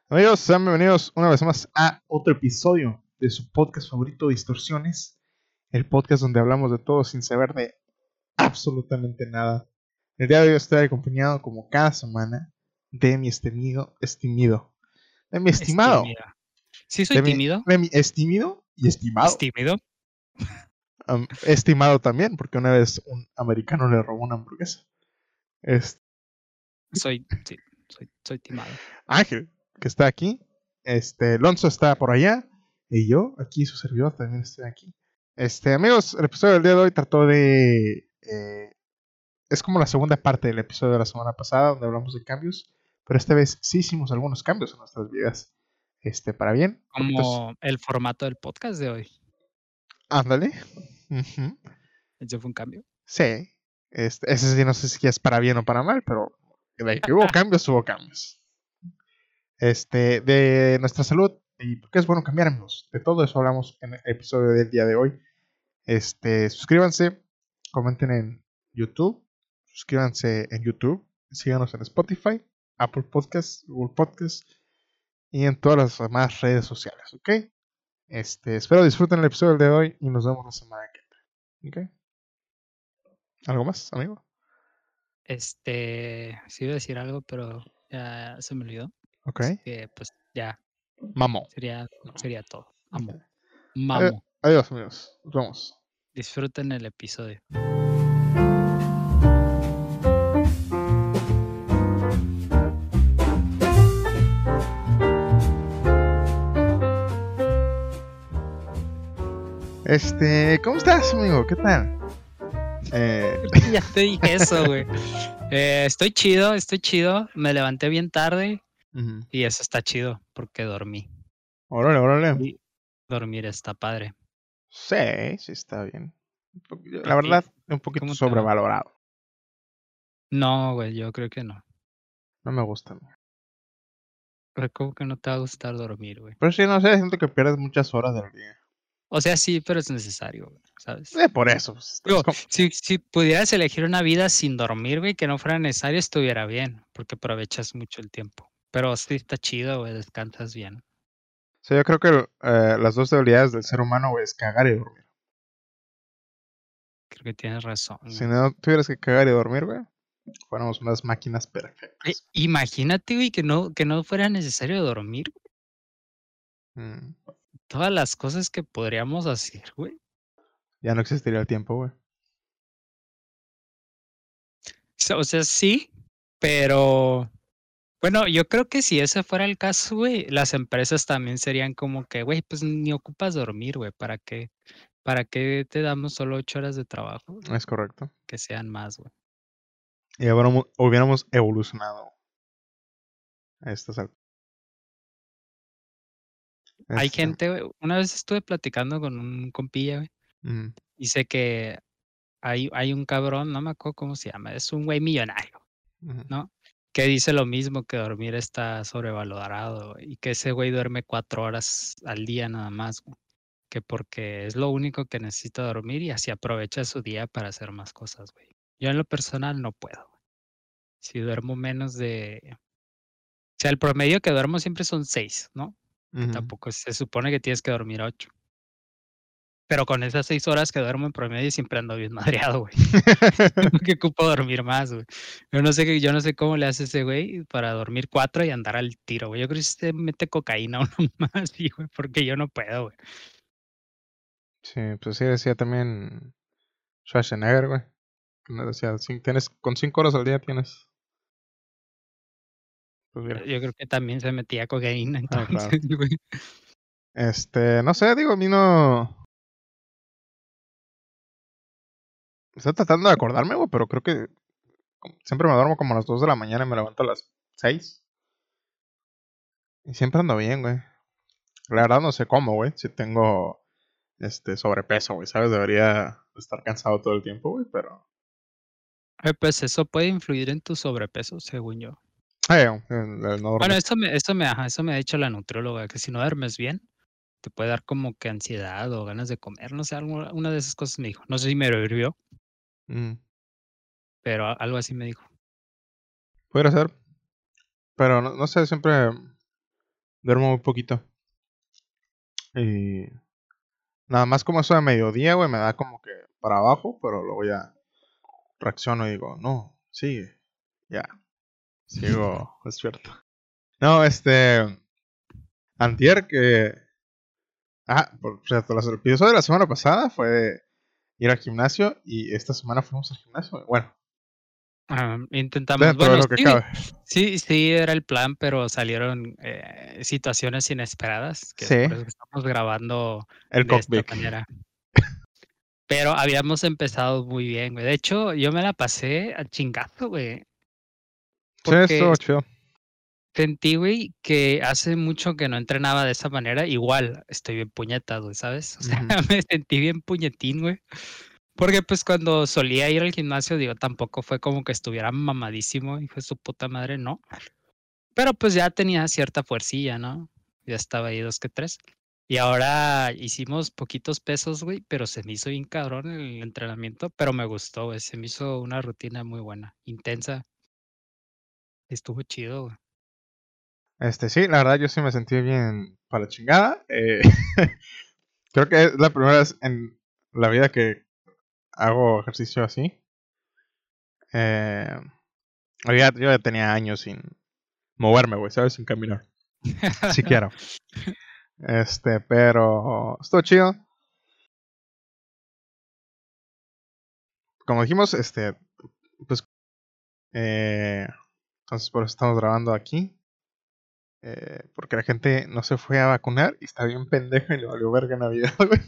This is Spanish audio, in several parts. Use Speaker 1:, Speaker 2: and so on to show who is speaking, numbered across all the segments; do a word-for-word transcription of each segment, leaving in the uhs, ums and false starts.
Speaker 1: Amigos, sean bienvenidos una vez más a otro episodio de su podcast favorito, Distorsiones, el podcast donde hablamos de todo sin saber de absolutamente nada. El día de hoy estoy acompañado, como cada semana, de mi estimido, estimido, de mi
Speaker 2: Es
Speaker 1: estimado,
Speaker 2: tímida. Sí soy
Speaker 1: de mi,
Speaker 2: tímido.
Speaker 1: de mi estimido y
Speaker 2: ¿Es
Speaker 1: estimado.
Speaker 2: tímido?
Speaker 1: Um, estimado también, porque una vez un americano le robó una hamburguesa. Es
Speaker 2: Soy, sí, soy, soy timado.
Speaker 1: Ángel, que está aquí. Este, Alonso está por allá. Y yo, aquí, su servidor, también estoy aquí. Este, amigos, el episodio del día de hoy trató de. Eh, es como la segunda parte del episodio de la semana pasada, donde hablamos de cambios. Pero esta vez sí hicimos algunos cambios en nuestras vidas. Este, para bien. Poquitos.
Speaker 2: Como el formato del podcast de hoy.
Speaker 1: Ándale. Uh-huh.
Speaker 2: Eso fue un cambio.
Speaker 1: Sí. Este, ese sí, no sé si es para bien o para mal, pero de que hubo cambios, hubo cambios. Este, de nuestra salud y por qué es bueno cambiar, amigos. De todo eso hablamos en el episodio del día de hoy. Este, suscríbanse, comenten en YouTube, suscríbanse en YouTube, síganos en Spotify, Apple Podcasts, Google Podcasts y en todas las demás redes sociales, ¿ok? Este, espero disfruten el episodio del día de hoy y nos vemos la semana que entra, ¿ok? ¿Algo más, amigo?
Speaker 2: Este, sí iba a decir algo, pero ya se me olvidó.
Speaker 1: Ok.
Speaker 2: Así que, pues, ya.
Speaker 1: Mamo.
Speaker 2: Sería, sería todo. Amo.
Speaker 1: Okay.
Speaker 2: Mamo.
Speaker 1: Adiós, amigos. Nos vemos.
Speaker 2: Disfruten el episodio.
Speaker 1: Este, ¿cómo estás, amigo? ¿Qué tal? Eh...
Speaker 2: Ya te dije eso, güey. Eh, estoy chido, estoy chido. Me levanté bien tarde
Speaker 1: uh-huh.
Speaker 2: y eso está chido porque dormí.
Speaker 1: Órale, órale.
Speaker 2: Y dormir está padre.
Speaker 1: Sí, sí está bien. La verdad, un poquito sobrevalorado.
Speaker 2: No, güey, yo creo que no.
Speaker 1: No me gusta. Amigo.
Speaker 2: Pero ¿cómo que no te va a gustar dormir, güey?
Speaker 1: Pero sí, no sé, siento que pierdes muchas horas del día.
Speaker 2: O sea, sí, pero es necesario, güey, ¿sabes?
Speaker 1: Eh, por eso. Pues,
Speaker 2: Digo,
Speaker 1: como...
Speaker 2: si, si pudieras elegir una vida sin dormir, güey, que no fuera necesario, estuviera bien, porque aprovechas mucho el tiempo. Pero sí está chido, güey, descansas bien.
Speaker 1: Sí, yo creo que eh, las dos debilidades del ser humano, güey, es cagar y dormir.
Speaker 2: Creo que tienes razón, güey.
Speaker 1: Si no tuvieras que cagar y dormir, güey, fuéramos unas máquinas perfectas.
Speaker 2: Eh, imagínate, güey, que no, que no fuera necesario dormir,
Speaker 1: güey. Mm.
Speaker 2: Todas las cosas que podríamos hacer, güey.
Speaker 1: Ya no existiría el tiempo, güey.
Speaker 2: O sea, sí, pero bueno, yo creo que si ese fuera el caso, güey, las empresas también serían como que, güey, pues ni ocupas dormir, güey, ¿para qué? ¿Para qué te damos solo ocho horas de trabajo?
Speaker 1: Es correcto.
Speaker 2: Que sean más, güey.
Speaker 1: Y hubiéramos, hubiéramos evolucionado a estas alturas.
Speaker 2: Hay
Speaker 1: Este,
Speaker 2: gente, güey, una vez estuve platicando con un compilla, güey,
Speaker 1: mm.
Speaker 2: dice que hay, hay un cabrón, no me acuerdo cómo se llama, es un güey millonario,
Speaker 1: Uh-huh.
Speaker 2: ¿no? Que dice lo mismo, que dormir está sobrevalorado, güey, y que ese güey duerme cuatro horas al día nada más, güey. Que porque es lo único que necesita dormir y así aprovecha su día para hacer más cosas, güey. Yo en lo personal no puedo, güey. Si duermo menos de... O sea, el promedio que duermo siempre son seis, ¿no? Que
Speaker 1: Uh-huh.
Speaker 2: tampoco se supone que tienes que dormir ocho. Pero con esas seis horas que duermo en promedio siempre ando bien madreado, güey. Que ocupo dormir más, güey. Yo no sé que, yo no sé cómo le hace ese güey para dormir cuatro y andar al tiro, güey. Yo creo que se mete cocaína uno más, güey, porque yo no puedo, güey.
Speaker 1: Sí, pues sí decía también Schwarzenegger, güey. Decía, si tienes, con cinco horas al día tienes. Pues mira.
Speaker 2: Yo creo que también se metía cocaína,
Speaker 1: Ah,
Speaker 2: entonces,
Speaker 1: claro.
Speaker 2: güey.
Speaker 1: Este, no sé, digo, a mí no. Estoy tratando de acordarme, güey, pero creo que siempre me duermo como a las dos de la mañana y me levanto a las seis. Y siempre ando bien, güey. La verdad no sé cómo, güey. Si tengo este sobrepeso, güey, ¿sabes? Debería estar cansado todo el tiempo, güey, pero.
Speaker 2: Eh, pues eso puede influir en tu sobrepeso, según yo.
Speaker 1: Ay, el, el no
Speaker 2: Bueno,
Speaker 1: dormir.
Speaker 2: esto me, esto me, ajá, eso me ha dicho la nutrióloga, que si no duermes bien, te puede dar como que ansiedad o ganas de comer, no sé, algo, una de esas cosas me dijo. No sé si me lo
Speaker 1: Mm.
Speaker 2: pero a- algo así me dijo.
Speaker 1: Pudiera ser. Pero no, no sé, siempre. Duermo muy poquito. Y nada más como eso de mediodía, güey, me da como que para abajo, pero luego ya reacciono y digo, no, sigue, ya, sigo despierto. No, este, antier que, ah, por cierto, el episodio de la semana pasada fue de ir al gimnasio y esta semana fuimos al gimnasio, bueno.
Speaker 2: Ah, intentamos,
Speaker 1: Dentro
Speaker 2: bueno,
Speaker 1: de lo que
Speaker 2: sí,
Speaker 1: cabe.
Speaker 2: sí, sí, era el plan, pero salieron eh, situaciones inesperadas, que es
Speaker 1: Sí,
Speaker 2: por eso que estamos grabando
Speaker 1: el
Speaker 2: de esta
Speaker 1: cockpit.
Speaker 2: manera. Pero habíamos empezado muy bien, güey. De hecho, yo me la pasé al chingazo, güey.
Speaker 1: Sí,
Speaker 2: Porque
Speaker 1: estuvo chido.
Speaker 2: sentí, güey, que hace mucho que no entrenaba de esa manera. Igual, estoy bien puñetado, güey, ¿sabes? O sea,
Speaker 1: Ujú.
Speaker 2: me sentí bien puñetín, güey. Porque pues cuando solía ir al gimnasio, digo, tampoco fue como que estuviera mamadísimo, hijo de su puta madre, no. Pero pues ya tenía cierta fuercilla, ¿no? Ya estaba ahí dos que tres. Y ahora hicimos poquitos pesos, güey, pero se me hizo bien cabrón el entrenamiento, pero me gustó, güey. Se me hizo una rutina muy buena, intensa. Estuvo chido, güey.
Speaker 1: Este, sí, la verdad yo sí me sentí bien para la chingada. Eh, creo que es la primera vez en la vida que hago ejercicio así. Eh, yo, ya, yo ya tenía años sin moverme, güey, ¿sabes? Sin caminar. Siquiera. Este, pero estuvo chido. Como dijimos, este, pues, eh, entonces por eso estamos grabando aquí. Eh, porque la gente no se fue a vacunar y está bien pendeja y le valió verga Navidad, güey.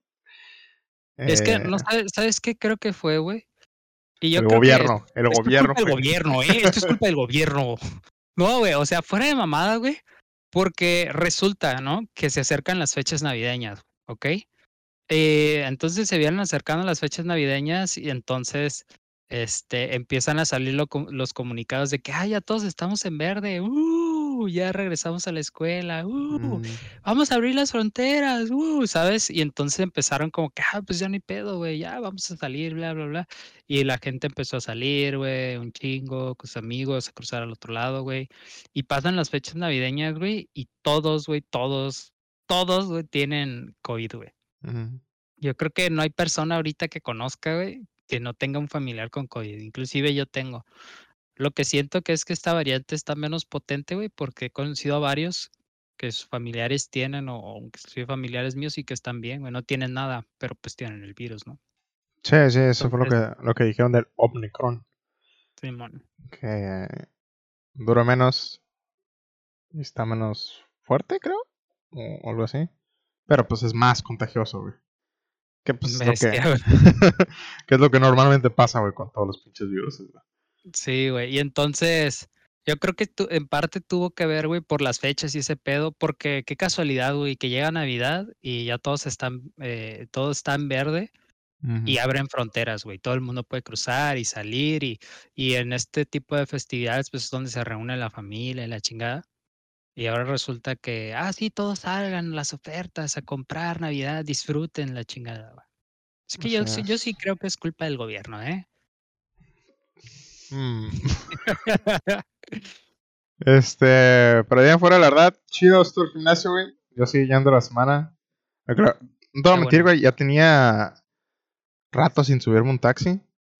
Speaker 2: Es que no
Speaker 1: Eh,
Speaker 2: sabes, ¿sabes qué creo que fue, güey? Y yo
Speaker 1: el
Speaker 2: creo que
Speaker 1: gobierno, el
Speaker 2: esto es
Speaker 1: gobierno
Speaker 2: culpa del
Speaker 1: fue.
Speaker 2: gobierno, ¿eh? Esto es culpa del gobierno. No, güey, o sea, fuera de mamada, güey, porque resulta, ¿no? Que se acercan las fechas navideñas, ¿ok? Eh, entonces se vienen acercando las fechas navideñas y entonces este, empiezan a salir lo co- los comunicados de que, ah, ya todos estamos en verde, uh, ya regresamos a la escuela, uh,
Speaker 1: Mm,
Speaker 2: vamos a abrir las fronteras, uh, ¿sabes? Y entonces empezaron como que, ah, pues ya no hay pedo, güey, ya vamos a salir, bla, bla, bla. Y la gente empezó a salir, güey, un chingo, con sus amigos, a cruzar al otro lado, güey. Y pasan las fechas navideñas, güey, y todos, güey, todos, todos, güey, tienen COVID, güey.
Speaker 1: mm.
Speaker 2: Yo creo que no hay persona ahorita que conozca, güey, que no tenga un familiar con COVID. Inclusive yo tengo. Lo que siento que es que esta variante está menos potente, güey, porque he conocido a varios que sus familiares tienen, o o inclusive familiares míos y que están bien, güey, no tienen nada, pero pues tienen el virus, ¿no?
Speaker 1: Sí, sí, eso fue lo
Speaker 2: Entonces,
Speaker 1: que, lo que dijeron del Omicron.
Speaker 2: Simón.
Speaker 1: Que dura menos y está menos fuerte, creo. O algo así. Pero pues es más contagioso, güey. Que pues es lo que.
Speaker 2: Bestia, güey.
Speaker 1: que es lo que normalmente pasa, güey, con todos los pinches virus, güey.
Speaker 2: Sí, güey. Y entonces, yo creo que tu- en parte tuvo que ver, güey, por las fechas y ese pedo, porque qué casualidad, güey, que llega Navidad y ya todos están, eh, todo está en verde. Y
Speaker 1: Ujú.
Speaker 2: abren fronteras, güey. Todo el mundo puede cruzar y salir y, y en este tipo de festividades, pues es donde se reúne la familia y la chingada. Y ahora resulta que, ah, sí, todos salgan a las ofertas a comprar Navidad, disfruten la chingada, güey. Es que
Speaker 1: Así
Speaker 2: yo, sí- yo
Speaker 1: es.
Speaker 2: sí creo que es culpa del gobierno, ¿eh?
Speaker 1: Mm. Este, pero ya fuera, la verdad, chido esto el gimnasio, güey. Yo sigo yendo la semana. Yo creo- no te voy a
Speaker 2: Qué
Speaker 1: mentir,
Speaker 2: bueno.
Speaker 1: güey, ya tenía rato sin subirme un taxi.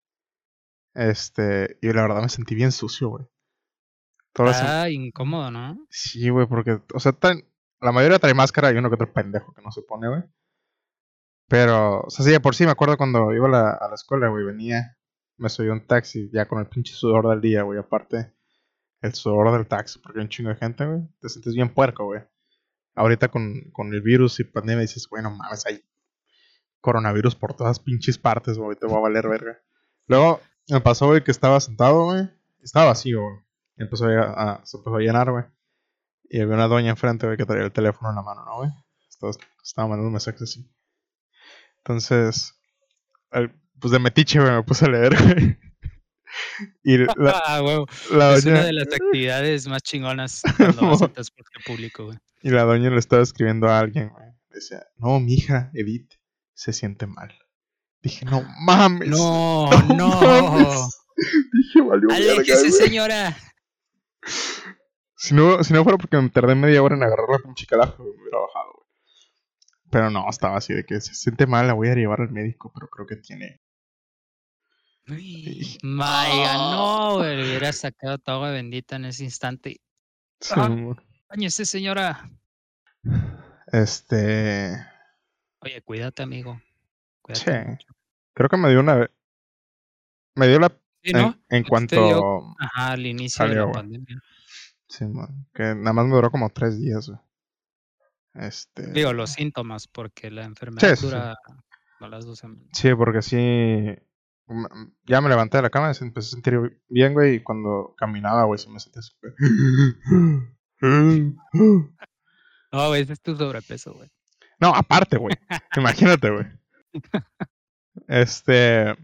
Speaker 1: Este, y la verdad me sentí bien sucio, güey. Toda la sem-
Speaker 2: Está incómodo, ¿no?
Speaker 1: Sí, güey, porque, o sea, tan- la mayoría trae máscara y uno que otro pendejo que no se pone, güey. Pero, o sea, sí, de por sí me acuerdo cuando iba a la, a la escuela, güey, venía, me subí a un taxi ya con el pinche sudor del día, güey. Aparte, el sudor del taxi, porque hay un chingo de gente, güey. Te sientes bien puerco, güey. Ahorita con, con el virus y pandemia dices, bueno, mames, hay coronavirus por todas pinches partes, güey, te va a valer verga. Luego me pasó, güey, que estaba sentado, güey. Estaba vacío, güey. Y empezó a, a- se empezó a llenar, güey. Y había una doña enfrente, güey, que traía el teléfono en la mano, ¿no, güey? Estaba, estaba mandando mensajes así. Entonces, al- pues de metiche, güey, me puse a leer, güey. Y la,
Speaker 2: Ah, huevo.
Speaker 1: la
Speaker 2: Es una
Speaker 1: doña...
Speaker 2: de las actividades más chingonas cuando vas en transporte público, güey.
Speaker 1: y la doña le estaba escribiendo a alguien, güey. Decía, no, mija, Edith, se siente mal. Dije, no mames,
Speaker 2: No,
Speaker 1: no
Speaker 2: no.
Speaker 1: mames. Dije, valió verga,
Speaker 2: Aléjese,
Speaker 1: güey.
Speaker 2: señora.
Speaker 1: Si no, si no fuera porque me tardé media hora en agarrar la pinche calaja, me hubiera bajado, güey. Pero no, estaba así de que se siente mal, la voy a llevar al médico, pero creo que tiene.
Speaker 2: Uy,
Speaker 1: Y-
Speaker 2: Maiga,
Speaker 1: ¡Ah!
Speaker 2: no, güey, le hubiera sacado tu agua bendita en ese instante.
Speaker 1: Sí,
Speaker 2: Ah,
Speaker 1: amor.
Speaker 2: Báñese, señora.
Speaker 1: Este.
Speaker 2: Oye, cuídate, amigo. Cuídate
Speaker 1: Che.
Speaker 2: mucho.
Speaker 1: Creo que me dio una. Me dio la.
Speaker 2: Sí, ¿no?
Speaker 1: En, en
Speaker 2: A ti te dio,
Speaker 1: cuanto
Speaker 2: ajá, al inicio de la
Speaker 1: salió, güey.
Speaker 2: pandemia.
Speaker 1: Sí, man. Que nada más me duró como tres días, güey. Este.
Speaker 2: Digo, los síntomas, porque la
Speaker 1: Sí,
Speaker 2: enfermedad
Speaker 1: sí, sí.
Speaker 2: dura no las dos semanas.
Speaker 1: Sí, porque sí. m- Ya me levanté de la cama, se empecé a sentir bien, güey. Y cuando caminaba, güey, se me sentía súper.
Speaker 2: No, güey, ese es tu sobrepeso, güey.
Speaker 1: No, aparte, güey. Imagínate, güey. Este.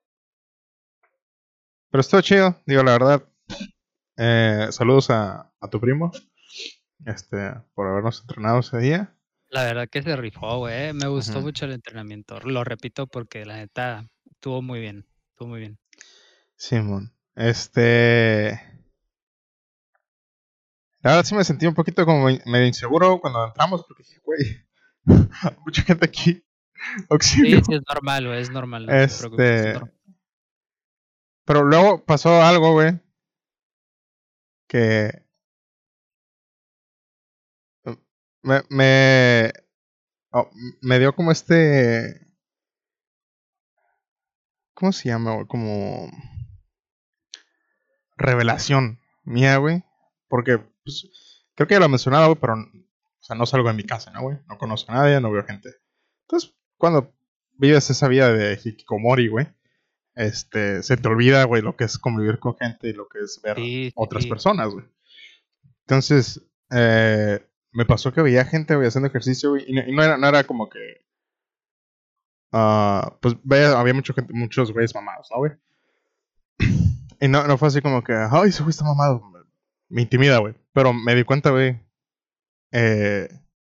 Speaker 1: Pero estuvo chido, digo la verdad. Eh, saludos a, a tu primo. Este, por habernos entrenado ese día.
Speaker 2: La verdad que se rifó, güey. Me gustó
Speaker 1: Ujú.
Speaker 2: mucho el entrenamiento. Lo repito porque la neta estuvo muy bien. Estuvo muy bien.
Speaker 1: Simón. Este. La verdad sí me sentí un poquito como medio inseguro cuando entramos. Porque dije, güey. Mucha gente aquí.
Speaker 2: Sí,
Speaker 1: Auxilio.
Speaker 2: sí, es normal, güey. Es normal, no te preocupes. Es
Speaker 1: Este.
Speaker 2: normal.
Speaker 1: Pero luego pasó algo, güey. Que. Me. Me, oh, me dio como este. ¿Cómo se llama, güey? Como. Revelación mía, güey. Porque, pues, creo que ya lo mencionaba, güey, pero, o sea, no salgo de mi casa, ¿no, güey? No conozco a nadie, no veo gente. Entonces, cuando vives esa vida de hikikomori, güey, este, se te olvida, güey, lo que es convivir con gente y lo que es ver
Speaker 2: Sí, sí,
Speaker 1: otras
Speaker 2: sí.
Speaker 1: personas, güey. Entonces, eh, me pasó que veía gente, güey, haciendo ejercicio, güey, y no, y no era, no era como que, uh, pues, veía, había mucha gente, muchos güeyes mamados, ¿no, güey? Y no, no fue así como que, ay, ese güey está mamado. Me intimida, güey. Pero me di cuenta, güey, eh,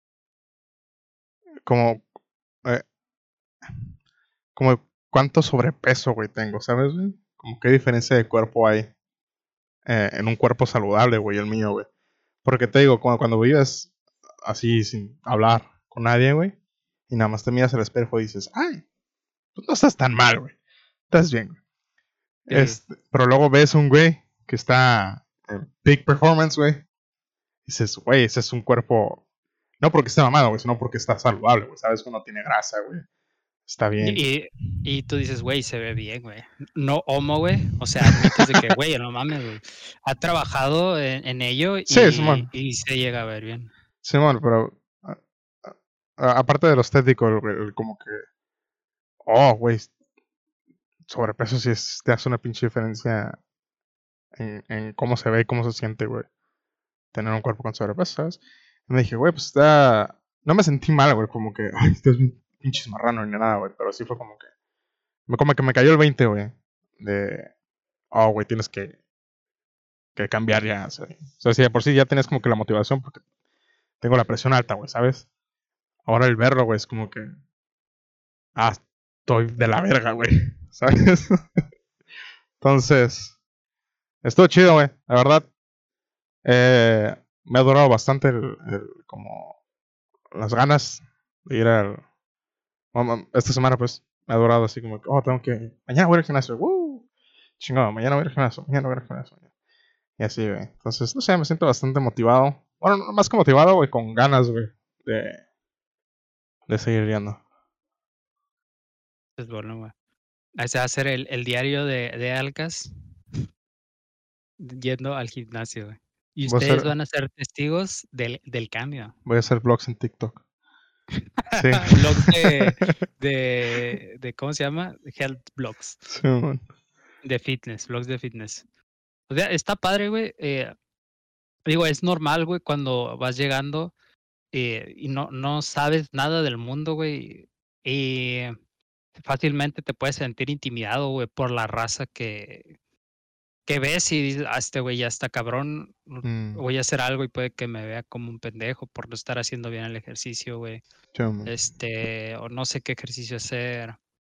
Speaker 1: como, eh, como cuánto sobrepeso, güey, tengo, ¿sabes, güey? Como qué diferencia de cuerpo hay eh, en un cuerpo saludable, güey, el mío, güey. Porque te digo, cuando, cuando vives así sin hablar con nadie, güey, y nada más te miras al espejo y dices, ay, pues no estás tan mal, güey. Estás bien, güey.
Speaker 2: Sí.
Speaker 1: Este, pero luego ves un güey que está en peak performance, güey. Y dices, güey, ese es un cuerpo. No porque esté mamado, güey, sino porque está saludable, güey. Sabes que uno tiene grasa, güey. Está bien.
Speaker 2: Y, y tú dices, güey, se ve bien, güey. No homo, güey. O sea, admites de que, güey, no mames, güey. Ha trabajado en, en ello
Speaker 1: Sí,
Speaker 2: y,
Speaker 1: Simón.
Speaker 2: y se llega a ver bien.
Speaker 1: Simón, pero. a- a- aparte de lo estético, güey, el como que. Oh, güey. Sobrepeso sí es- te hace una pinche diferencia en, en cómo se ve y cómo se siente, güey. Tener un cuerpo con sobrepeso, ¿sabes? Y me dije, güey, pues está. No me sentí mal, güey, como que. Ay, este es un pinche marrano ni nada, güey. Pero sí fue como que. Me, como que me cayó el veinte, güey. De. Oh, güey, tienes que, que cambiar ya. O sea, o sea, si de por sí ya tienes como que la motivación porque tengo la presión alta, güey, ¿sabes? Ahora el verlo, güey, es como que. Ah, estoy de la verga, güey. ¿Sabes? Entonces. Estuvo chido, güey. La verdad. Eh, me ha durado bastante el, el, como las ganas de ir al. Bueno, esta semana, pues, me ha durado así como que, oh, tengo que. Mañana voy al gimnasio. ¡Woo! Chingado, mañana voy al gimnasio. Mañana voy al gimnasio. Y así, güey. Entonces, no sé, me siento bastante motivado. Bueno, no más que motivado, güey, con ganas, güey, de, de seguir yendo.
Speaker 2: Es bueno, güey. Ese va a ser el, el diario de, de Alcas yendo al gimnasio, güey. Y
Speaker 1: Voy a
Speaker 2: ustedes
Speaker 1: hacer,
Speaker 2: van a ser testigos del, del cambio.
Speaker 1: voy a hacer vlogs en TikTok. Sí.
Speaker 2: Blogs de, de, de, ¿cómo se llama? Health blogs.
Speaker 1: Sí, man.
Speaker 2: De fitness, blogs de fitness. O sea, está padre, güey. Eh, digo, es normal, güey, cuando vas llegando eh, y no, no sabes nada del mundo, güey. Y fácilmente te puedes sentir intimidado, güey, por la raza que, que ves y dices, ah, este güey ya está cabrón,
Speaker 1: Mm,
Speaker 2: voy a hacer algo y puede que me vea como un pendejo por no estar haciendo bien el ejercicio, güey.
Speaker 1: sí, man.
Speaker 2: Este, o no sé qué ejercicio hacer.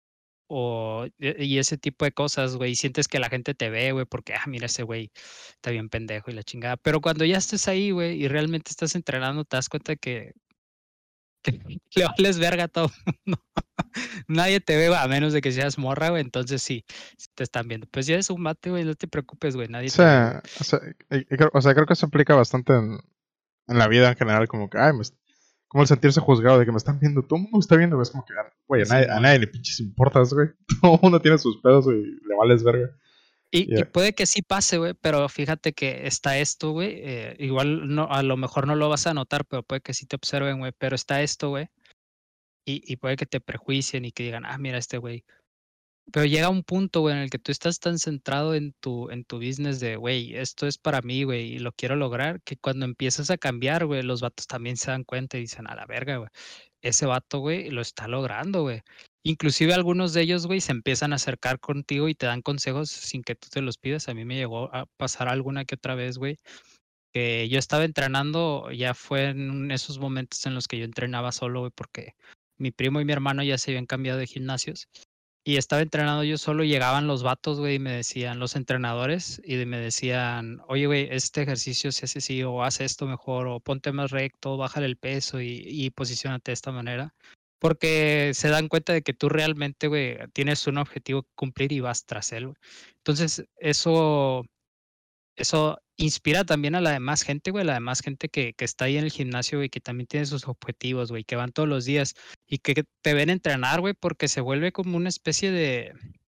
Speaker 2: o y y ese tipo de cosas, güey, y sientes que la gente te ve, güey, porque, ah, mira ese güey, está bien pendejo y la chingada. Pero cuando ya estés ahí, güey, y realmente estás entrenando, te das cuenta que que le vales verga a todo mundo. Nadie te ve, a menos de que seas morra, güey, entonces sí, sí te están viendo. Pues si eres un vato, güey, no te preocupes, güey, nadie
Speaker 1: O
Speaker 2: te ve, güey.
Speaker 1: sea, o sea, y- y creo, o sea, creo que se aplica bastante en, en la vida en general, como que, ay, me, est- como el sentirse juzgado de que me están viendo, todo el mundo me está viendo, güey, es como que, ah, güey, a nadie, a
Speaker 2: Simón.
Speaker 1: nadie le pinches importas, güey. Todo el mundo tiene sus pedos y le vales verga.
Speaker 2: Y
Speaker 1: Y,
Speaker 2: y
Speaker 1: eh,
Speaker 2: puede que sí pase, güey, pero fíjate que está esto, güey, eh, igual no, a lo mejor no lo vas a notar, pero puede que sí te observen, güey, pero está esto, güey, y y puede que te prejuicien y que digan: "Ah, mira este güey". Pero llega un punto, güey, en el que tú estás tan centrado en tu en tu business de: "Güey, esto es para mí, güey, y lo quiero lograr", que cuando empiezas a cambiar, güey, los vatos también se dan cuenta y dicen: "A la verga, güey, ese vato, güey, lo está logrando, güey". Inclusive algunos de ellos, güey, se empiezan a acercar contigo y te dan consejos sin que tú te los pidas. A mí me llegó a pasar alguna que otra vez, güey, que yo estaba entrenando, ya fue en esos momentos en los que yo entrenaba solo, güey, porque mi primo y mi hermano ya se habían cambiado de gimnasios. Y estaba entrenando yo solo, y llegaban los vatos, güey, y me decían, los entrenadores, y me decían: "Oye, güey, este ejercicio se hace así, o haz esto mejor, o ponte más recto, bájale el peso y y posiciónate de esta manera". Porque se dan cuenta de que tú realmente, güey, tienes un objetivo que cumplir y vas tras él, güey. Entonces, eso eso inspira también a la demás gente, güey, la demás gente que que está ahí en el gimnasio, güey, que también tiene sus objetivos, güey, que van todos los días y que te ven entrenar, güey, porque se vuelve como una especie de,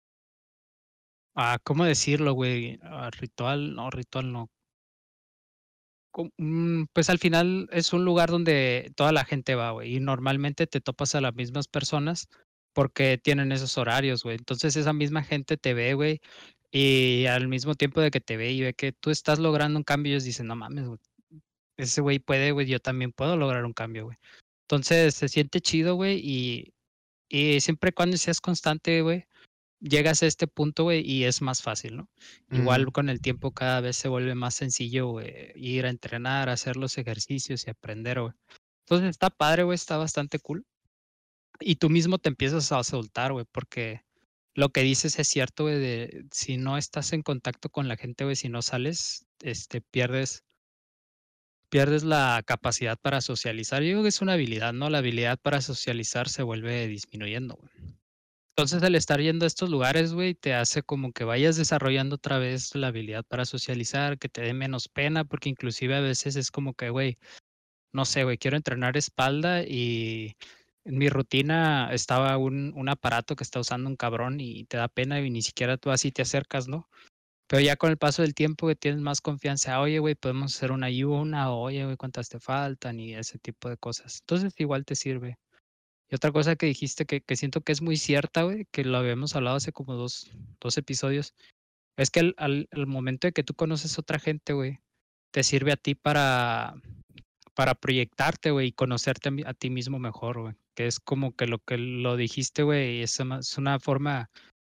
Speaker 2: ah, ¿cómo decirlo, güey? Ah, ritual, no, ritual no. Com mm, pues, al final es un lugar donde toda la gente va, güey, y normalmente te topas a las mismas personas porque tienen esos horarios, güey. Entonces, esa misma gente te ve, güey, y al mismo tiempo de que te ve y ve que tú estás logrando un cambio, ellos dicen: "No mames, güey, ese güey puede, güey, yo también puedo lograr un cambio, güey". Entonces, se siente chido, güey, y y siempre y cuando seas constante, güey, llegas a este punto, güey, y es más fácil, ¿no? Igual
Speaker 1: mm,
Speaker 2: con el tiempo cada vez se vuelve más sencillo, güey, ir a entrenar, hacer los ejercicios y aprender, güey. Entonces está padre, güey, está bastante cool. Y tú mismo te empiezas a soltar, güey, porque lo que dices es cierto, güey, de si no estás en contacto con la gente, güey, si no sales, este, pierdes pierdes la capacidad para socializar. Yo digo que es una habilidad, ¿no? La habilidad para socializar se vuelve disminuyendo, güey. Entonces, el estar yendo a estos lugares, güey, te hace como que vayas desarrollando otra vez la habilidad para socializar, que te dé menos pena, porque inclusive a veces es como que, güey, no sé, güey, quiero entrenar espalda y en mi rutina estaba un, un aparato que está usando un cabrón y te da pena y ni siquiera tú así te acercas, ¿no? Pero ya con el paso del tiempo, que tienes más confianza, oye, güey, podemos hacer una ayuna, o oye, güey, cuántas te faltan y ese tipo de cosas. Entonces, igual te sirve. Y otra cosa que dijiste que que siento que es muy cierta, güey, que lo habíamos hablado hace como dos dos episodios, es que al al al momento de que tú conoces otra gente, güey, te sirve a ti para para proyectarte, güey, y conocerte a mi a ti mismo mejor, güey, que es como que lo que lo dijiste, güey, es una es una forma,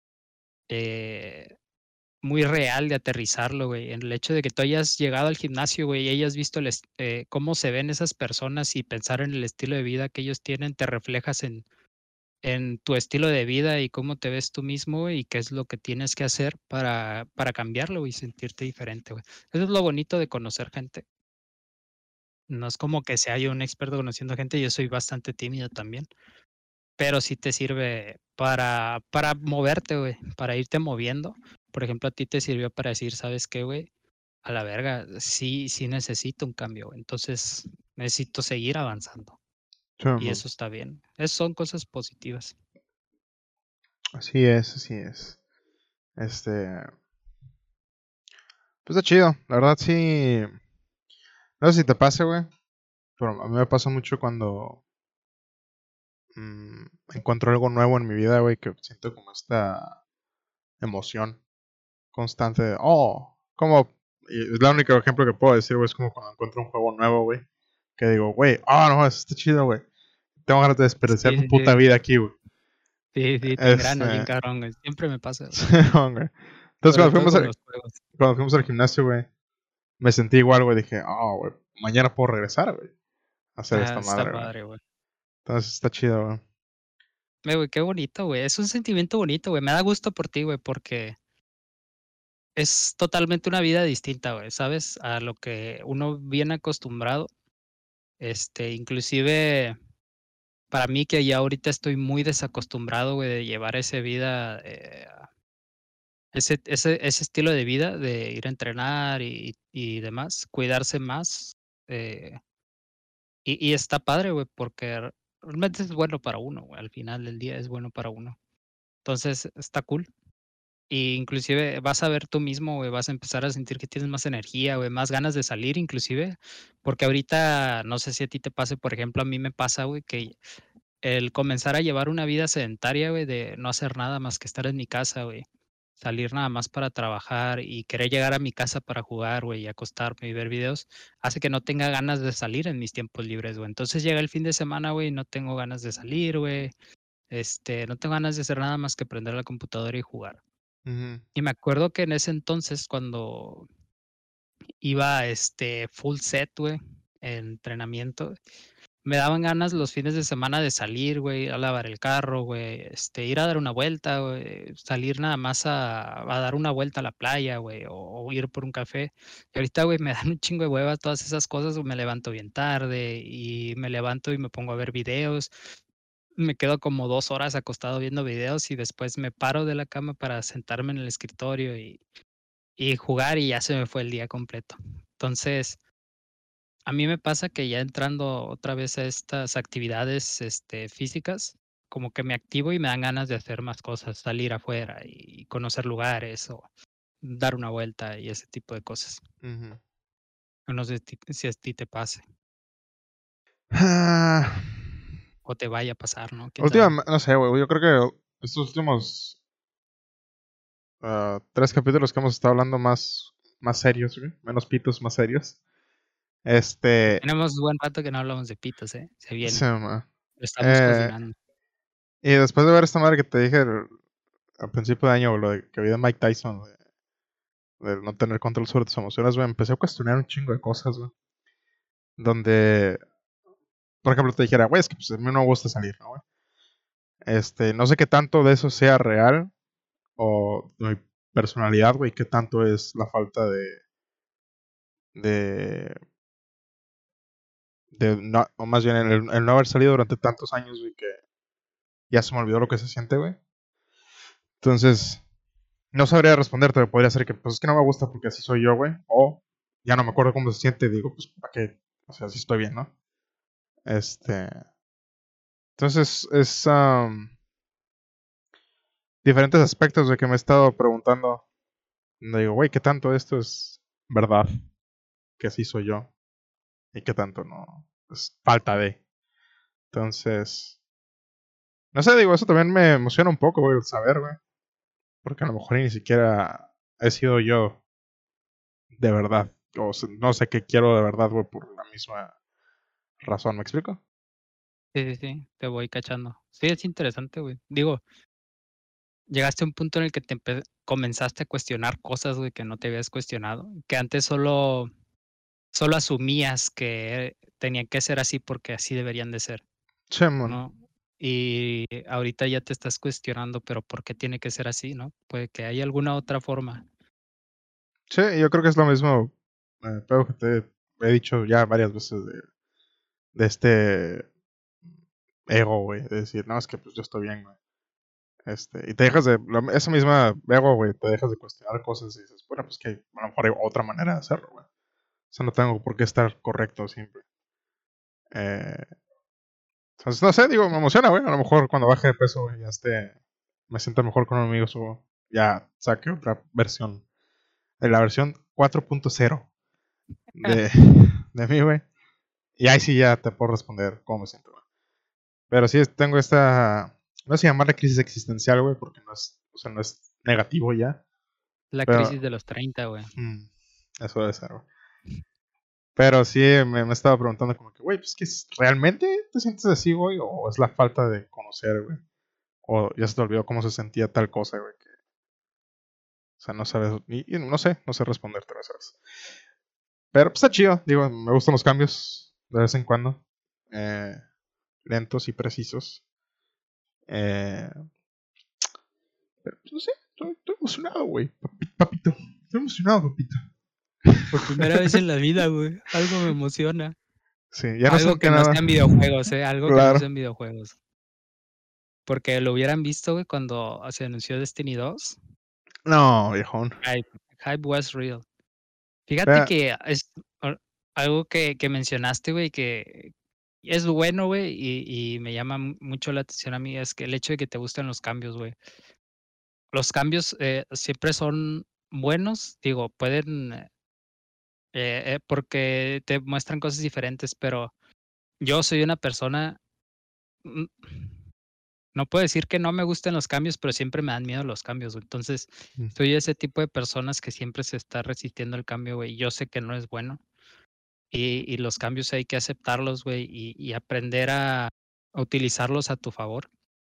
Speaker 2: eh, muy real de aterrizarlo, güey, en el hecho de que tú hayas llegado al gimnasio, güey, y hayas visto el es eh, cómo se ven esas personas y pensar en el estilo de vida que ellos tienen, te reflejas en en tu estilo de vida y cómo te ves tú mismo, güey, y qué es lo que tienes que hacer para para cambiarlo, y sentirte diferente, güey. Eso es lo bonito de conocer gente. No es como que sea yo un experto conociendo gente, yo soy bastante tímido también, pero sí te sirve para para moverte, güey, para irte moviendo. Por ejemplo, a ti te sirvió para decir: "¿Sabes qué, güey? A la verga, sí sí necesito un cambio, güey. Entonces, necesito seguir avanzando",
Speaker 1: sí,
Speaker 2: y
Speaker 1: man.
Speaker 2: eso está bien. Es son cosas positivas.
Speaker 1: Así es, así es. Este, pues está chido. La verdad sí. No sé si te pase, güey. Pero a mí me pasa mucho cuando mm, encuentro algo nuevo en mi vida, güey, que siento como esta emoción constante de, oh, como, y es la única ejemplo que puedo decir, güey, es como cuando encuentro un juego nuevo, güey, que digo, güey, oh, no, eso está chido, güey. Tengo ganas de desperdiciar
Speaker 2: Sí,
Speaker 1: mi
Speaker 2: sí,
Speaker 1: puta
Speaker 2: sí.
Speaker 1: vida aquí, güey.
Speaker 2: Sí, sí, te engranas bien
Speaker 1: Este,
Speaker 2: cabrón, güey. Siempre me pasa, güey.
Speaker 1: sí, güey. Entonces
Speaker 2: Sobre
Speaker 1: cuando
Speaker 2: todo
Speaker 1: fuimos,
Speaker 2: con
Speaker 1: al,
Speaker 2: los juegos.
Speaker 1: cuando fuimos al gimnasio, güey, me sentí igual, güey, dije, oh, güey, mañana puedo regresar, güey, a hacer
Speaker 2: Ah,
Speaker 1: esta
Speaker 2: está
Speaker 1: madre, güey.
Speaker 2: padre, güey.
Speaker 1: Entonces está chido, güey.
Speaker 2: Eh, güey, qué bonito, güey. Es un sentimiento bonito, güey. Me da gusto por ti, güey, porque es totalmente una vida distinta, güey, ¿sabes? A lo que uno viene acostumbrado. Este, inclusive para mí que ya ahorita estoy muy desacostumbrado, güey, de llevar esa vida, eh, ese ese ese estilo de vida de ir a entrenar y y demás, cuidarse más, eh, y y está padre, güey, porque realmente es bueno para uno, güey, al final del día es bueno para uno. Entonces, está cool. Y inclusive vas a ver tú mismo, güey, vas a empezar a sentir que tienes más energía, güey, más ganas de salir inclusive, porque ahorita, no sé si a ti te pase, por ejemplo, a mí me pasa, güey, que el comenzar a llevar una vida sedentaria, güey, de no hacer nada más que estar en mi casa, güey, salir nada más para trabajar y querer llegar a mi casa para jugar, güey, y acostarme y ver videos, hace que no tenga ganas de salir en mis tiempos libres, güey. Entonces llega el fin de semana, güey, y no tengo ganas de salir, güey, este, no tengo ganas de hacer nada más que prender la computadora y jugar.
Speaker 1: Ujú.
Speaker 2: Y me acuerdo que en ese entonces, cuando iba, este, full set, güey, en entrenamiento, me daban ganas los fines de semana de salir, güey, ir a lavar el carro, güey, este, ir a dar una vuelta, güey, salir nada más a a dar una vuelta a la playa, güey, o o ir por un café. Y ahorita, güey, me dan un chingo de hueva todas esas cosas, o me levanto bien tarde, y me levanto y me pongo a ver videos. Me quedo como dos horas acostado viendo videos, y después me paro de la cama para sentarme en el escritorio y y jugar, y ya se me fue el día completo. Entonces, a mí me pasa que ya entrando otra vez a estas actividades, este, físicas, como que me activo y me dan ganas de hacer más cosas, salir afuera y conocer lugares o dar una vuelta y ese tipo de cosas.
Speaker 1: Ujú.
Speaker 2: No sé ti si a ti te pase
Speaker 1: Ah,
Speaker 2: o te vaya a pasar, ¿no? Quién sabe.
Speaker 1: última, no sé, güey. Yo creo que estos últimos ah, tres capítulos que hemos estado hablando más, más serios, güey. Menos pitos, más serios. Este.
Speaker 2: Tenemos buen rato que no hablamos de pitos, ¿eh? Se
Speaker 1: Se
Speaker 2: viene,
Speaker 1: llama.
Speaker 2: lo estamos
Speaker 1: Eh,
Speaker 2: cocinando.
Speaker 1: y después de ver esta madre que te dije al, al principio de año, lo de, que vi de Mike Tyson, de, de no tener control sobre tus emociones, güey, empecé a cuestionar un chingo de cosas, güey. Donde, por ejemplo, te dijera, güey, es que pues, a mí no me gusta salir, ¿no, güey? Este, no sé qué tanto de eso sea real o de mi personalidad, güey, qué tanto es la falta de, de, de no, o más bien el, el no haber salido durante tantos años, güey, que ya se me olvidó lo que se siente, güey. Entonces, no sabría responderte, podría ser que, pues es que no me gusta porque así soy yo, güey, o ya no me acuerdo cómo se siente, y digo, pues, ¿para qué? O sea, sí estoy bien, ¿no? Este, entonces, es um, diferentes aspectos de que me he estado preguntando. Donde digo, güey, ¿qué tanto esto es verdad? Que así soy yo. Y qué tanto no. Es falta de. Entonces, no sé, digo, eso también me emociona un poco, güey, el saber, güey. Porque a lo mejor ni siquiera he sido yo de verdad. O se- no sé qué quiero de verdad, güey, por la misma razón. ¿Me explico?
Speaker 2: Sí, sí, sí, te voy cachando. Sí, es interesante, güey. Digo, llegaste a un punto en el que te empe comenzaste a cuestionar cosas, güey, que no te habías cuestionado, que antes solo solo asumías que tenían que ser así porque así deberían de ser,
Speaker 1: Che, man.
Speaker 2: ¿no? Y ahorita ya te estás cuestionando, pero ¿por qué tiene que ser así, no? Puede que haya alguna otra forma.
Speaker 1: Sí, yo creo que es lo mismo. Eh, pero que te he dicho ya varias veces de, de este ego, güey. De decir, no, es que pues yo estoy bien, güey. Este, y te dejas de, lo- esa misma ego, güey, te dejas de cuestionar cosas y dices, bueno, pues que a lo mejor hay otra manera de hacerlo, güey. O sea, no tengo por qué estar correcto siempre. Eh, entonces, no sé, digo, me emociona, güey. A lo mejor cuando baje de peso, güey, ya esté, me sienta mejor con amigos o ya saque otra versión. De la versión cuatro punto cero de, de mí, güey. Y ahí sí ya te puedo responder cómo me siento, güey. Pero sí tengo esta, no sé si llamarla crisis existencial, güey, porque no es, o sea, no es negativo ya.
Speaker 2: La crisis
Speaker 1: Pero
Speaker 2: de los treinta, güey.
Speaker 1: mm, eso debe ser, güey. Pero sí me, me estaba preguntando como que, güey, pues que realmente te sientes así, güey, o es la falta de conocer, güey. O ya se te olvidó cómo se sentía tal cosa, güey. Que, o sea, no sabes, y, y no sé, no sé responderte, ¿sabes? Pero pues está chido, digo, me gustan los cambios de vez en cuando. Eh, lentos y precisos. Eh, pero, pues, no sé, estoy, estoy emocionado, güey. Papito, estoy emocionado, papito.
Speaker 2: Por primera vez en la vida, güey. Algo me emociona.
Speaker 1: Sí, ya no
Speaker 2: Algo
Speaker 1: son
Speaker 2: que
Speaker 1: que
Speaker 2: no
Speaker 1: nada.
Speaker 2: sean videojuegos, ¿eh? Algo que no
Speaker 1: Claro,
Speaker 2: sean videojuegos. Porque lo hubieran visto, güey, cuando se anunció Destiny dos.
Speaker 1: no, viejón.
Speaker 2: Hype, hype was real. Fíjate
Speaker 1: Vea,
Speaker 2: que es ar- algo que, que mencionaste, güey, que es bueno, güey, y, y me llama mu- mucho la atención a mí, es que el hecho de que te gusten los cambios, güey. Los cambios eh, siempre son buenos, digo, pueden, eh, eh, porque te muestran cosas diferentes, pero yo soy una persona, mm, no puedo decir que no me gusten los cambios, pero siempre me dan miedo los cambios, güey. Entonces,
Speaker 1: mm,
Speaker 2: soy ese tipo de personas que siempre se está resistiendo al cambio, güey. y Yo sé que no es bueno. Y, y los cambios hay que aceptarlos, güey, y, y aprender a, a utilizarlos a tu favor.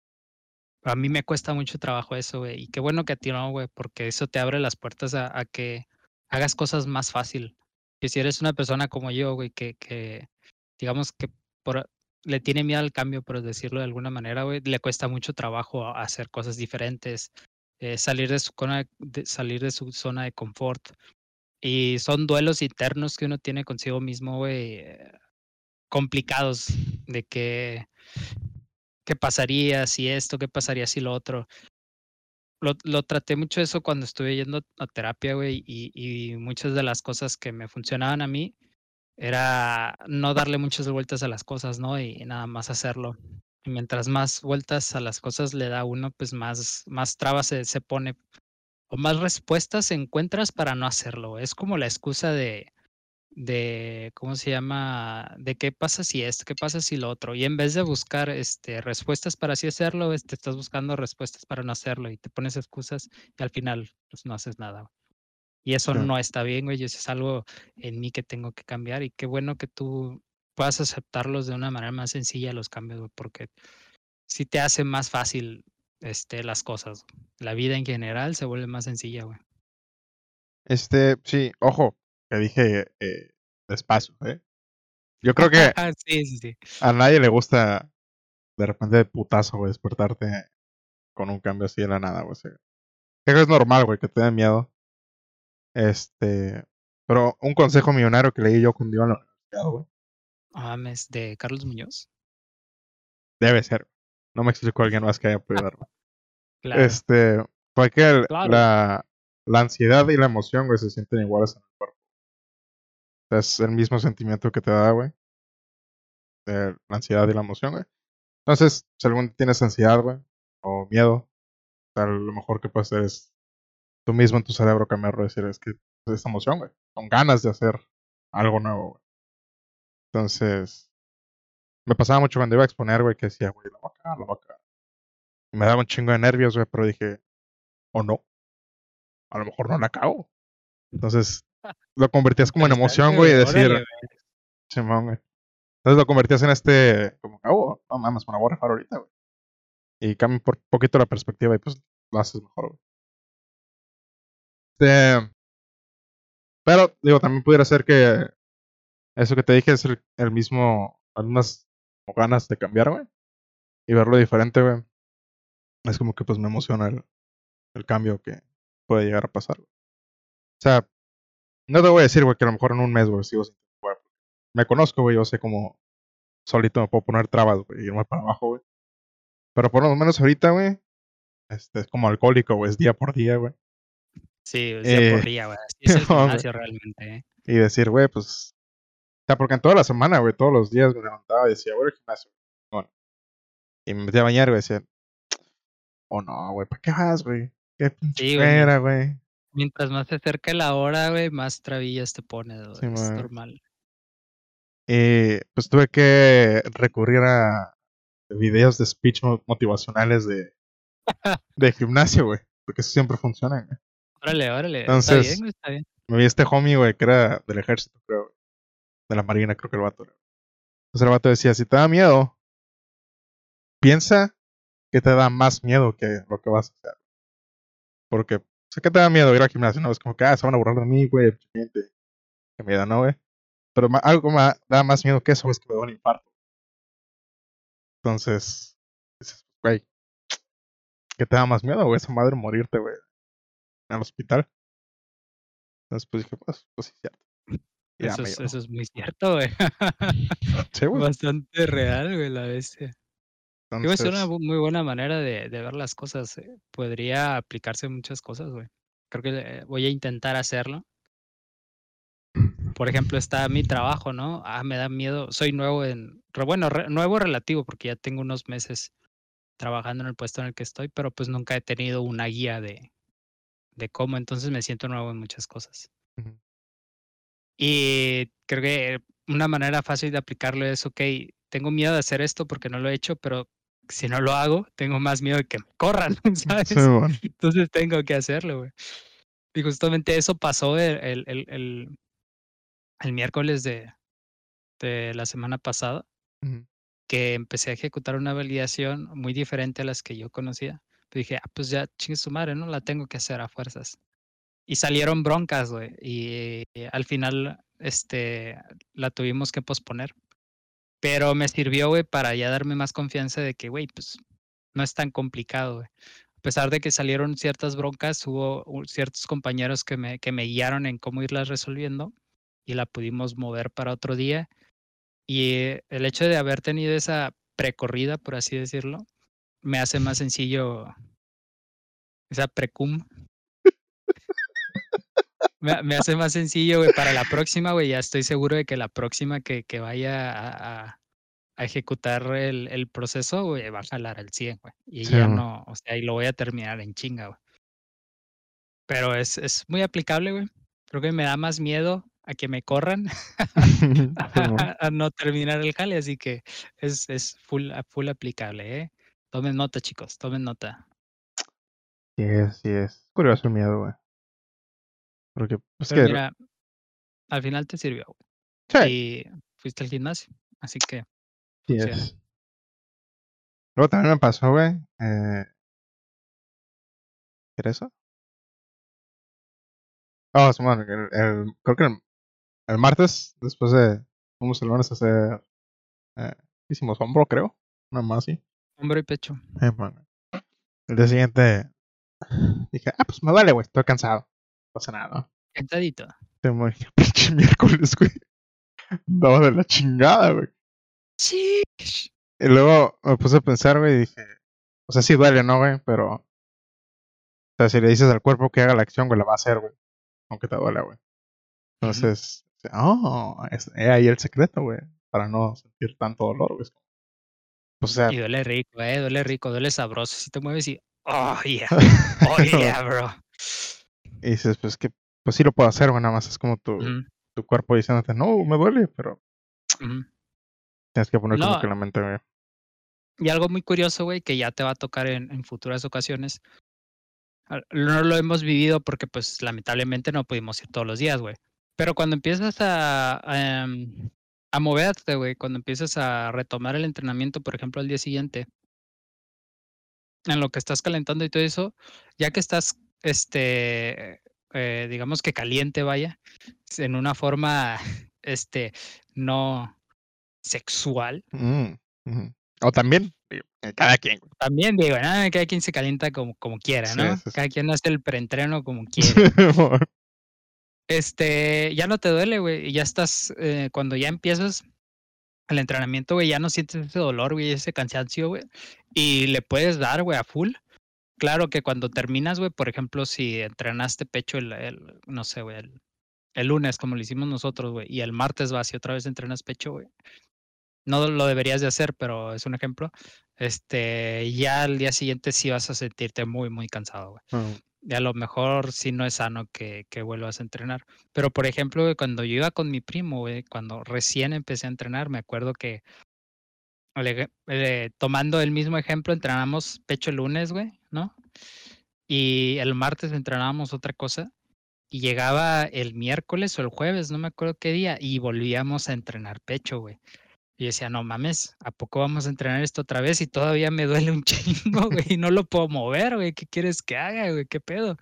Speaker 2: A mí me cuesta mucho trabajo eso, güey. Y qué bueno que a ti no, güey, porque eso te abre las puertas a, a que hagas cosas más fácil. Que si eres una persona como yo, güey, que, que digamos que por, le tiene miedo al cambio, por decirlo de alguna manera, güey, le cuesta mucho trabajo a- hacer cosas diferentes, eh, salir de su zona de, salir de su zona de confort. Y son duelos internos que uno tiene consigo mismo, güey, eh, complicados de que qué pasaría si esto, qué pasaría si lo otro. Lo, lo traté mucho eso cuando estuve yendo a terapia, güey, y, y muchas de las cosas que me funcionaban a mí era no darle muchas vueltas a las cosas, ¿no? Y nada más hacerlo. Y mientras más vueltas a las cosas le da uno, pues más, más trabas se, se pone o más respuestas encuentras para no hacerlo. Es como la excusa de, de, ¿cómo se llama? De qué pasa si esto, qué pasa si lo otro. Y en vez de buscar este, respuestas para así hacerlo, este, estás buscando respuestas para no hacerlo y te pones excusas y al final pues no haces nada. Y eso
Speaker 1: sí.
Speaker 2: no está bien, güey. y Eso es algo en mí que tengo que cambiar y qué bueno que tú puedas aceptarlos de una manera más sencilla los cambios, güey, porque sí te hace más fácil este, las cosas. La vida en general se vuelve más sencilla, güey.
Speaker 1: Este, sí, ojo, que dije eh, despacio, ¿eh? Yo creo que
Speaker 2: Sí, sí, sí.
Speaker 1: a nadie le gusta de repente de putazo, güey, despertarte con un cambio así de la nada, güey. O sea, creo que es normal, güey, que te dé miedo. Este, pero un consejo millonario que leí yo cuando iba a la universidad, güey,
Speaker 2: No mames, de Carlos Muñoz.
Speaker 1: debe ser. No me explico a alguien más que haya podido darme.
Speaker 2: Claro,
Speaker 1: Este, fue que el-
Speaker 2: claro.
Speaker 1: la, la ansiedad y la emoción, güey, se sienten iguales en el cuerpo. Es el mismo sentimiento que te da, güey, de la ansiedad y la emoción, güey. Entonces, si algún día tienes ansiedad, güey, o miedo, o sea, lo mejor que puedes hacer es tú mismo en tu cerebro cambiarlo, decir, es que es esta emoción, güey, con ganas de hacer algo nuevo, güey. Entonces, me pasaba mucho cuando iba a exponer, güey, que decía, güey, la voy a cagar, la voy a cagar. Y me daba un chingo de nervios, güey, pero dije, o no, a lo mejor no la cago. Entonces, lo convertías como en emoción,
Speaker 2: Interesante,
Speaker 1: güey, y
Speaker 2: güey.
Speaker 1: decir,
Speaker 2: Órale, güey.
Speaker 1: Simón, güey. Entonces lo convertías en este, como, oh, no mames, me la voy a rifar ahorita, güey. Y cambia por poquito la perspectiva y pues lo haces mejor, güey. Este, pero, digo, también pudiera ser que eso que te dije es el, el mismo, algunas ganas de cambiar, güey. Y verlo diferente, güey. Es como que pues me emociona el, el cambio que puede llegar a pasar, güey. O sea, no te voy a decir, güey, que a lo mejor en un mes, güey, sigo sin jugar. Me conozco, güey, yo sé cómo solito me puedo poner trabas, güey, y irme para abajo, güey. Pero por lo menos ahorita, güey, este, es como alcohólico, güey, es día por día, güey.
Speaker 2: Sí, es día por
Speaker 1: Eh,
Speaker 2: día, güey. Así es el
Speaker 1: no, güey.
Speaker 2: gimnasio realmente, ¿eh?
Speaker 1: Y decir, güey, pues, o sea, porque en toda la semana, güey, todos los días me levantaba y decía, voy al gimnasio. Bueno, y me metía a bañar, güey, decía, oh no, güey, ¿para qué vas, güey? Qué pinche
Speaker 2: Sí, güey. mien-
Speaker 1: fuera, güey.
Speaker 2: Mientras más se acerca la hora, güey, más trabillas te pones, güey.
Speaker 1: Sí,
Speaker 2: Es
Speaker 1: man.
Speaker 2: normal.
Speaker 1: Y pues tuve que recurrir a videos de speech mo- motivacionales de, de gimnasio, güey. Porque eso siempre funciona, güey.
Speaker 2: Órale, órale. Está bien,
Speaker 1: Entonces,
Speaker 2: güey, está bien.
Speaker 1: me vi este homie, güey, que era del ejército, creo, güey. De la marina, creo que el vato era. Entonces el vato decía, si te da miedo, piensa que te da más miedo que lo que vas a hacer. Porque, sé que te da miedo ir al gimnasio, ¿no? Es como que, ah, se van a burlar de mí, güey. Gente, qué miedo, ¿no, güey? Pero ma- algo me da más miedo que eso, es que me da un infarto. Entonces, dices, güey, ¿qué te da más miedo, güey? Esa madre morirte, güey, en el hospital. Entonces, pues dije, pues, pues sí, cierto. Y ya
Speaker 2: Eso
Speaker 1: me
Speaker 2: es,
Speaker 1: llevó.
Speaker 2: eso es muy cierto, güey.
Speaker 1: Sí, güey.
Speaker 2: Bastante real, güey, la bestia. Digo, es una
Speaker 1: Entonces,
Speaker 2: bu- muy buena manera de, de ver las cosas. eh. Podría aplicarse en muchas cosas, güey. Creo que eh, voy a intentar hacerlo. Por ejemplo, está mi trabajo, ¿no? Ah, me da miedo. Soy nuevo en, re- bueno, re- nuevo relativo, porque ya tengo unos meses trabajando en el puesto en el que estoy, pero pues nunca he tenido una guía de, de cómo, entonces me siento nuevo en muchas cosas.
Speaker 1: ujú.
Speaker 2: Y creo que una manera fácil de aplicarlo es, ok, tengo miedo de hacer esto porque no lo he hecho, pero si no lo hago, tengo más miedo de que me corran,
Speaker 1: Sí,
Speaker 2: ¿sabes?
Speaker 1: bueno.
Speaker 2: Entonces tengo que hacerlo, güey. Y justamente eso pasó el, el, el, el- el miércoles de, de la semana pasada,
Speaker 1: Ujú.
Speaker 2: que empecé a ejecutar una validación muy diferente a las que yo conocía. Pero dije, ah, pues ya chingue su madre, ¿no? La tengo que hacer a fuerzas. Y salieron broncas, güey. Y eh, al final, este, la tuvimos que posponer. Pero me sirvió, güey, para ya darme más confianza de que, güey, pues no es tan complicado, güey. A pesar de que salieron ciertas broncas, hubo u- ciertos compañeros que me, que me guiaron en cómo irlas resolviendo y la pudimos mover para otro día. Y eh, el hecho de haber tenido esa precorrida, por así decirlo, me hace más sencillo esa precum. Me, me hace más sencillo, güey, para la próxima, güey. Ya estoy seguro de que la próxima que, que vaya a, a- a ejecutar el, el proceso, güey, va a jalar al cien, güey. Y
Speaker 1: Sí,
Speaker 2: ya
Speaker 1: bueno.
Speaker 2: no, o sea, y lo voy a terminar en chinga, güey. Pero es, es muy aplicable, güey. Creo que me da más miedo a que me corran
Speaker 1: Sí, bueno.
Speaker 2: a no terminar el jale, así que es, es full, full aplicable, ¿eh? Tomen nota, chicos, tomen nota.
Speaker 1: Sí es, sí es. Curioso el miedo, güey. Porque, pues
Speaker 2: Pero
Speaker 1: que,
Speaker 2: mira, al final te sirvió, güey.
Speaker 1: sí,
Speaker 2: Y fuiste al gimnasio, así que
Speaker 1: sí
Speaker 2: funciona.
Speaker 1: es. Luego también me pasó, güey. Eh, ¿Qué era eso? Oh, sí, bueno, el, el- creo que el, el martes, después de. Fuimos el lunes a hacer. Eh, hicimos hombro, creo. Nada más así.
Speaker 2: Hombro y pecho.
Speaker 1: Eh, bueno, el día siguiente dije, ah, pues me vale, güey, estoy cansado. No pasa nada, ¿no?
Speaker 2: Sentadito.
Speaker 1: Te muy pinche miércoles, güey. Andaba de la chingada, güey.
Speaker 2: Sí.
Speaker 1: Y luego me puse a pensar, güey, y dije, o sea, sí duele, ¿no, güey? Pero, o sea, si le dices al cuerpo que haga la acción, güey, la va a hacer, güey. Aunque te duele, güey.
Speaker 2: Ujú.
Speaker 1: Entonces, oh, es, es ahí el secreto, güey. Para no sentir tanto dolor, güey. Pues, o sea,
Speaker 2: Y duele rico, eh, duele rico, duele sabroso. Si te mueves y, oh yeah, oh yeah, bro.
Speaker 1: y dices, pues que, pues sí lo puedo hacer, güey, nada más es como tu,
Speaker 2: Ujú,
Speaker 1: tu cuerpo diciéndote, no, me duele, pero
Speaker 2: ujú.
Speaker 1: tienes que poner como
Speaker 2: No,
Speaker 1: que la mente, güey.
Speaker 2: y algo muy curioso, güey, que ya te va a tocar en, en futuras ocasiones. ah, No lo hemos vivido porque, pues, lamentablemente no pudimos ir todos los días, güey. Pero cuando empiezas a, a, em, a moverte, güey, cuando empiezas a retomar el entrenamiento, por ejemplo, al día siguiente, en lo que estás calentando y todo eso, ya que estás, este, eh, digamos que caliente, vaya, en una forma, este, no sexual.
Speaker 1: Mm, ujú. O también, digo, eh, cada quien, güey.
Speaker 2: También digo, ah, cada quien se calienta como, como quiera,
Speaker 1: Sí,
Speaker 2: ¿no?
Speaker 1: sí, sí.
Speaker 2: Cada quien hace el preentreno como
Speaker 1: Sí,
Speaker 2: quiere.
Speaker 1: güey.
Speaker 2: Este, ya no te duele, güey, y ya estás, eh, cuando ya empiezas el entrenamiento, güey, ya no sientes ese dolor, güey, ese cansancio, güey, y le puedes dar, güey, a full. Claro que cuando terminas, güey, por ejemplo, si entrenaste pecho el, el no sé, güey, el, el lunes, como lo hicimos nosotros, güey, y el martes vas y otra vez entrenas pecho, güey. No lo deberías de hacer, pero es un ejemplo. Este, ya al día siguiente sí vas a sentirte muy, muy cansado, güey.
Speaker 1: Mm,
Speaker 2: Y a lo mejor sí no es sano que, que vuelvas a entrenar. Pero, por ejemplo, güey, cuando yo iba con mi primo, güey, cuando recién empecé a entrenar, me acuerdo que le- eh, tomando el mismo ejemplo, entrenamos pecho el lunes, güey, ¿no? Y el martes entrenábamos otra cosa y llegaba el miércoles o el jueves, no me acuerdo qué día, y volvíamos a entrenar pecho, güey. Y decía, no mames, ¿a poco vamos a entrenar esto otra vez? Y todavía me duele un chingo, güey, y no lo puedo mover, güey. ¿Qué quieres que haga, güey? ¿Qué pedo?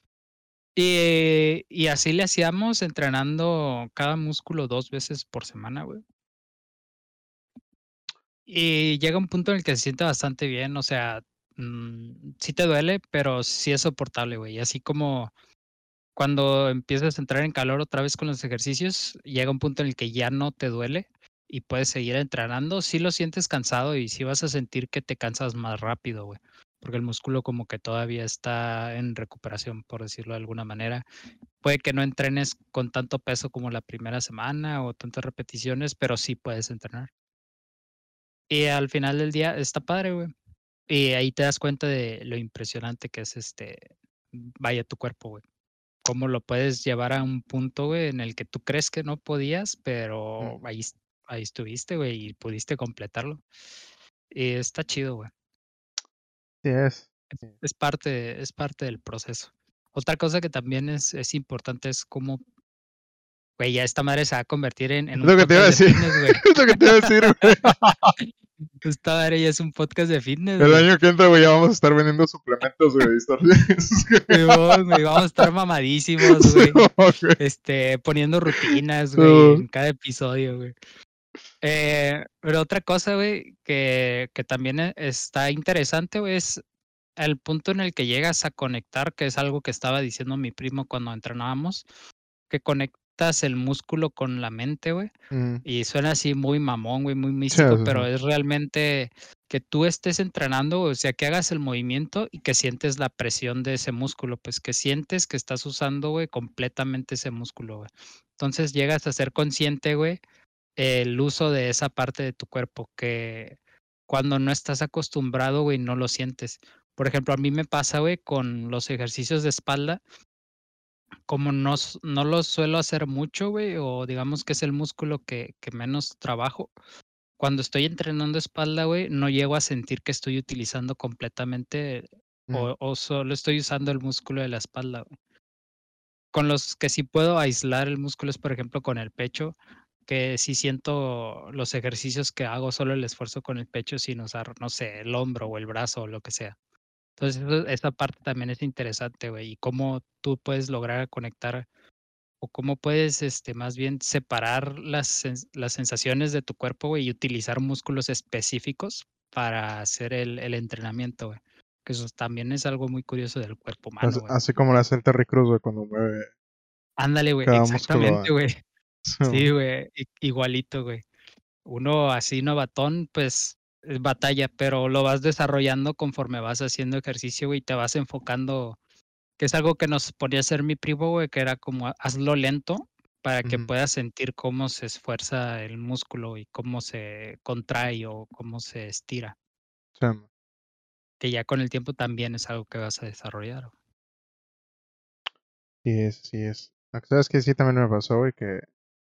Speaker 2: Y, y así le hacíamos entrenando cada músculo dos veces por semana, güey. Y llega un punto en el que se siente bastante bien, o sea, mm, sí te duele, pero sí es soportable, güey. Así como cuando empiezas a entrar en calor otra vez con los ejercicios, llega un punto en el que ya no te duele y puedes seguir entrenando. Sí lo sientes cansado y sí vas a sentir que te cansas más rápido, güey, porque el músculo como que todavía está en recuperación, por decirlo de alguna manera. Puede que no entrenes con tanto peso como la primera semana o tantas repeticiones, pero sí puedes entrenar. Y al final del día está padre, güey. Y ahí te das cuenta de lo impresionante que es este, vaya tu cuerpo, güey. Cómo lo puedes llevar a un punto, güey, en el que tú crees que no podías, pero
Speaker 1: Mm,
Speaker 2: ahí, es- ahí estuviste, güey, y pudiste completarlo. Y está chido, güey.
Speaker 1: sí es.
Speaker 2: Es,
Speaker 1: Sí.
Speaker 2: es parte, es parte del proceso. Otra cosa que también es, es importante es cómo, güey, ya esta madre se va a convertir en, en
Speaker 1: Es
Speaker 2: un
Speaker 1: lo que te iba a
Speaker 2: podcast de
Speaker 1: decir.
Speaker 2: fitness, güey.
Speaker 1: Es lo que te iba a decir, güey.
Speaker 2: Esta madre ya es un podcast de fitness,
Speaker 1: El
Speaker 2: güey.
Speaker 1: año que entra, güey, ya vamos a estar vendiendo suplementos, güey, de distorsiones.
Speaker 2: Simón, güey, vamos a estar mamadísimos,
Speaker 1: Sí,
Speaker 2: güey.
Speaker 1: güey.
Speaker 2: Este, poniendo rutinas, güey,
Speaker 1: Uh,
Speaker 2: en cada episodio, güey. Eh, pero otra cosa, güey, que, que también e- está interesante, güey, es el punto en el que llegas a conectar, que es algo que estaba diciendo mi primo cuando entrenábamos, que conectas el músculo con la mente, güey.
Speaker 1: mm,
Speaker 2: Y suena así muy mamón, güey, muy
Speaker 1: sí,
Speaker 2: místico,
Speaker 1: sí,
Speaker 2: pero
Speaker 1: sí.
Speaker 2: es realmente que tú estés entrenando, o sea, que hagas el movimiento y que sientes la presión de ese músculo, pues que sientes que estás usando, güey, completamente ese músculo, güey. Entonces llegas a ser consciente, güey, el uso de esa parte de tu cuerpo que cuando no estás acostumbrado, güey, no lo sientes. Por ejemplo, a mí me pasa, güey, con los ejercicios de espalda, como no, s- no los suelo hacer mucho, güey, o digamos que es el músculo que, que menos trabajo. Cuando estoy entrenando espalda, güey, no llego a sentir que estoy utilizando completamente
Speaker 1: Mm,
Speaker 2: o, o solo estoy usando el músculo de la espalda, güey. Con los que sí puedo aislar el músculo es, por ejemplo, con el pecho, que sí siento los ejercicios que hago, solo el esfuerzo con el pecho sin usar, no sé, el hombro o el brazo o lo que sea. Entonces, eso- esa parte también es interesante, güey, y cómo tú puedes lograr conectar o cómo puedes, este, más bien separar las, sens- las sensaciones de tu cuerpo, güey, y utilizar músculos específicos para hacer el, el entrenamiento, güey. Que eso también es algo muy curioso del cuerpo humano,
Speaker 1: Así,
Speaker 2: güey.
Speaker 1: así como lo hace el Terry Crews, güey, cuando mueve
Speaker 2: Ándale, güey,
Speaker 1: cada músculo.
Speaker 2: exactamente, güey.
Speaker 1: Sí,
Speaker 2: Sí, güey, i- igualito, güey. Uno así novatón, pues es batalla, pero lo vas desarrollando conforme vas haciendo ejercicio, güey, y te vas enfocando, que es algo que nos ponía a hacer mi primo, güey, que era como "Ha- hazlo lento para que
Speaker 1: ujú,
Speaker 2: puedas sentir cómo se esfuerza el músculo y cómo se contrae o cómo se estira,
Speaker 1: sí,
Speaker 2: que ya con el tiempo también es algo que vas a desarrollar, güey.
Speaker 1: sí es, sí es. Lo que sabes que sí también me pasó, güey, que